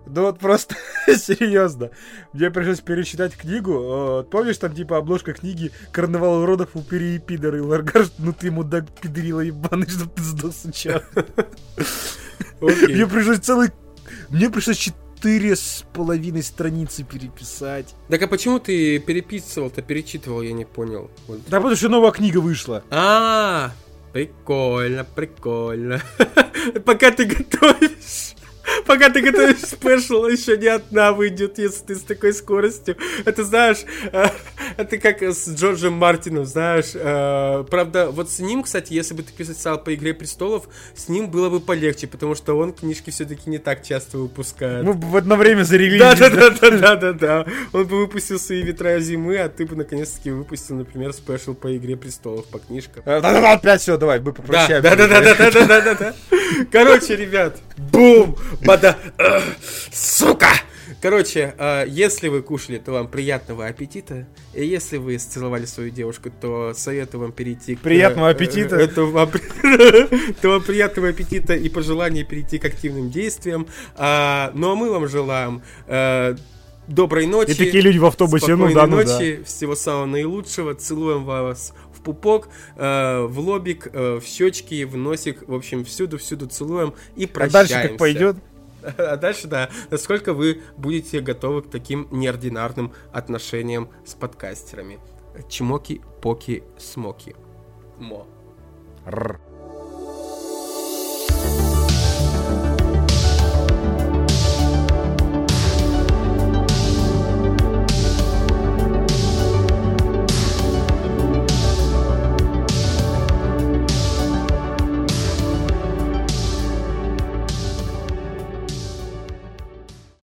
Ну вот просто серьезно. Мне пришлось перечитать книгу. Помнишь, там типа обложка книги «Карнавал уродов, упыри и пидоры». И Ларгар, ну ты мудак, пидорила ебаный, чтоб ты сдох сучал. Мне пришлось 4,5 страницы переписать. Так а почему ты переписывал-то, перечитывал, я не понял. Вот. Да потому что новая книга вышла. Прикольно. Пока ты готовишь спешл, еще не одна выйдет, если ты с такой скоростью. Это, знаешь, это как с Джорджем Мартином, знаешь. Правда, вот с ним, кстати, если бы ты писал по «Игре престолов», с ним было бы полегче, потому что он книжки все-таки не так часто выпускает. Мы бы в одно время зарелизили. Да. Он бы выпустил свои «Ветра зимы», а ты бы наконец-таки выпустил, например, спешл по «Игре престолов» по книжкам. Опять все, давай, мы попрощаемся. Да. Короче, ребят, бум! Бада! Сука! Короче, если вы кушали, то вам приятного аппетита. И если вы сцеловали свою девушку, то советую вам перейти к... Приятного аппетита! То вам приятного аппетита и пожелания перейти к активным действиям. Ну а мы вам желаем... доброй ночи. И такие люди в автобусе, спокойной ночи, всего самого наилучшего. Целуем вас в пупок, в лобик, в щечки, в носик. В общем, всюду целуем и прощаемся. А дальше как пойдет? А дальше, да, насколько вы будете готовы к таким неординарным отношениям с подкастерами. Чмоки-поки-смоки. Мо.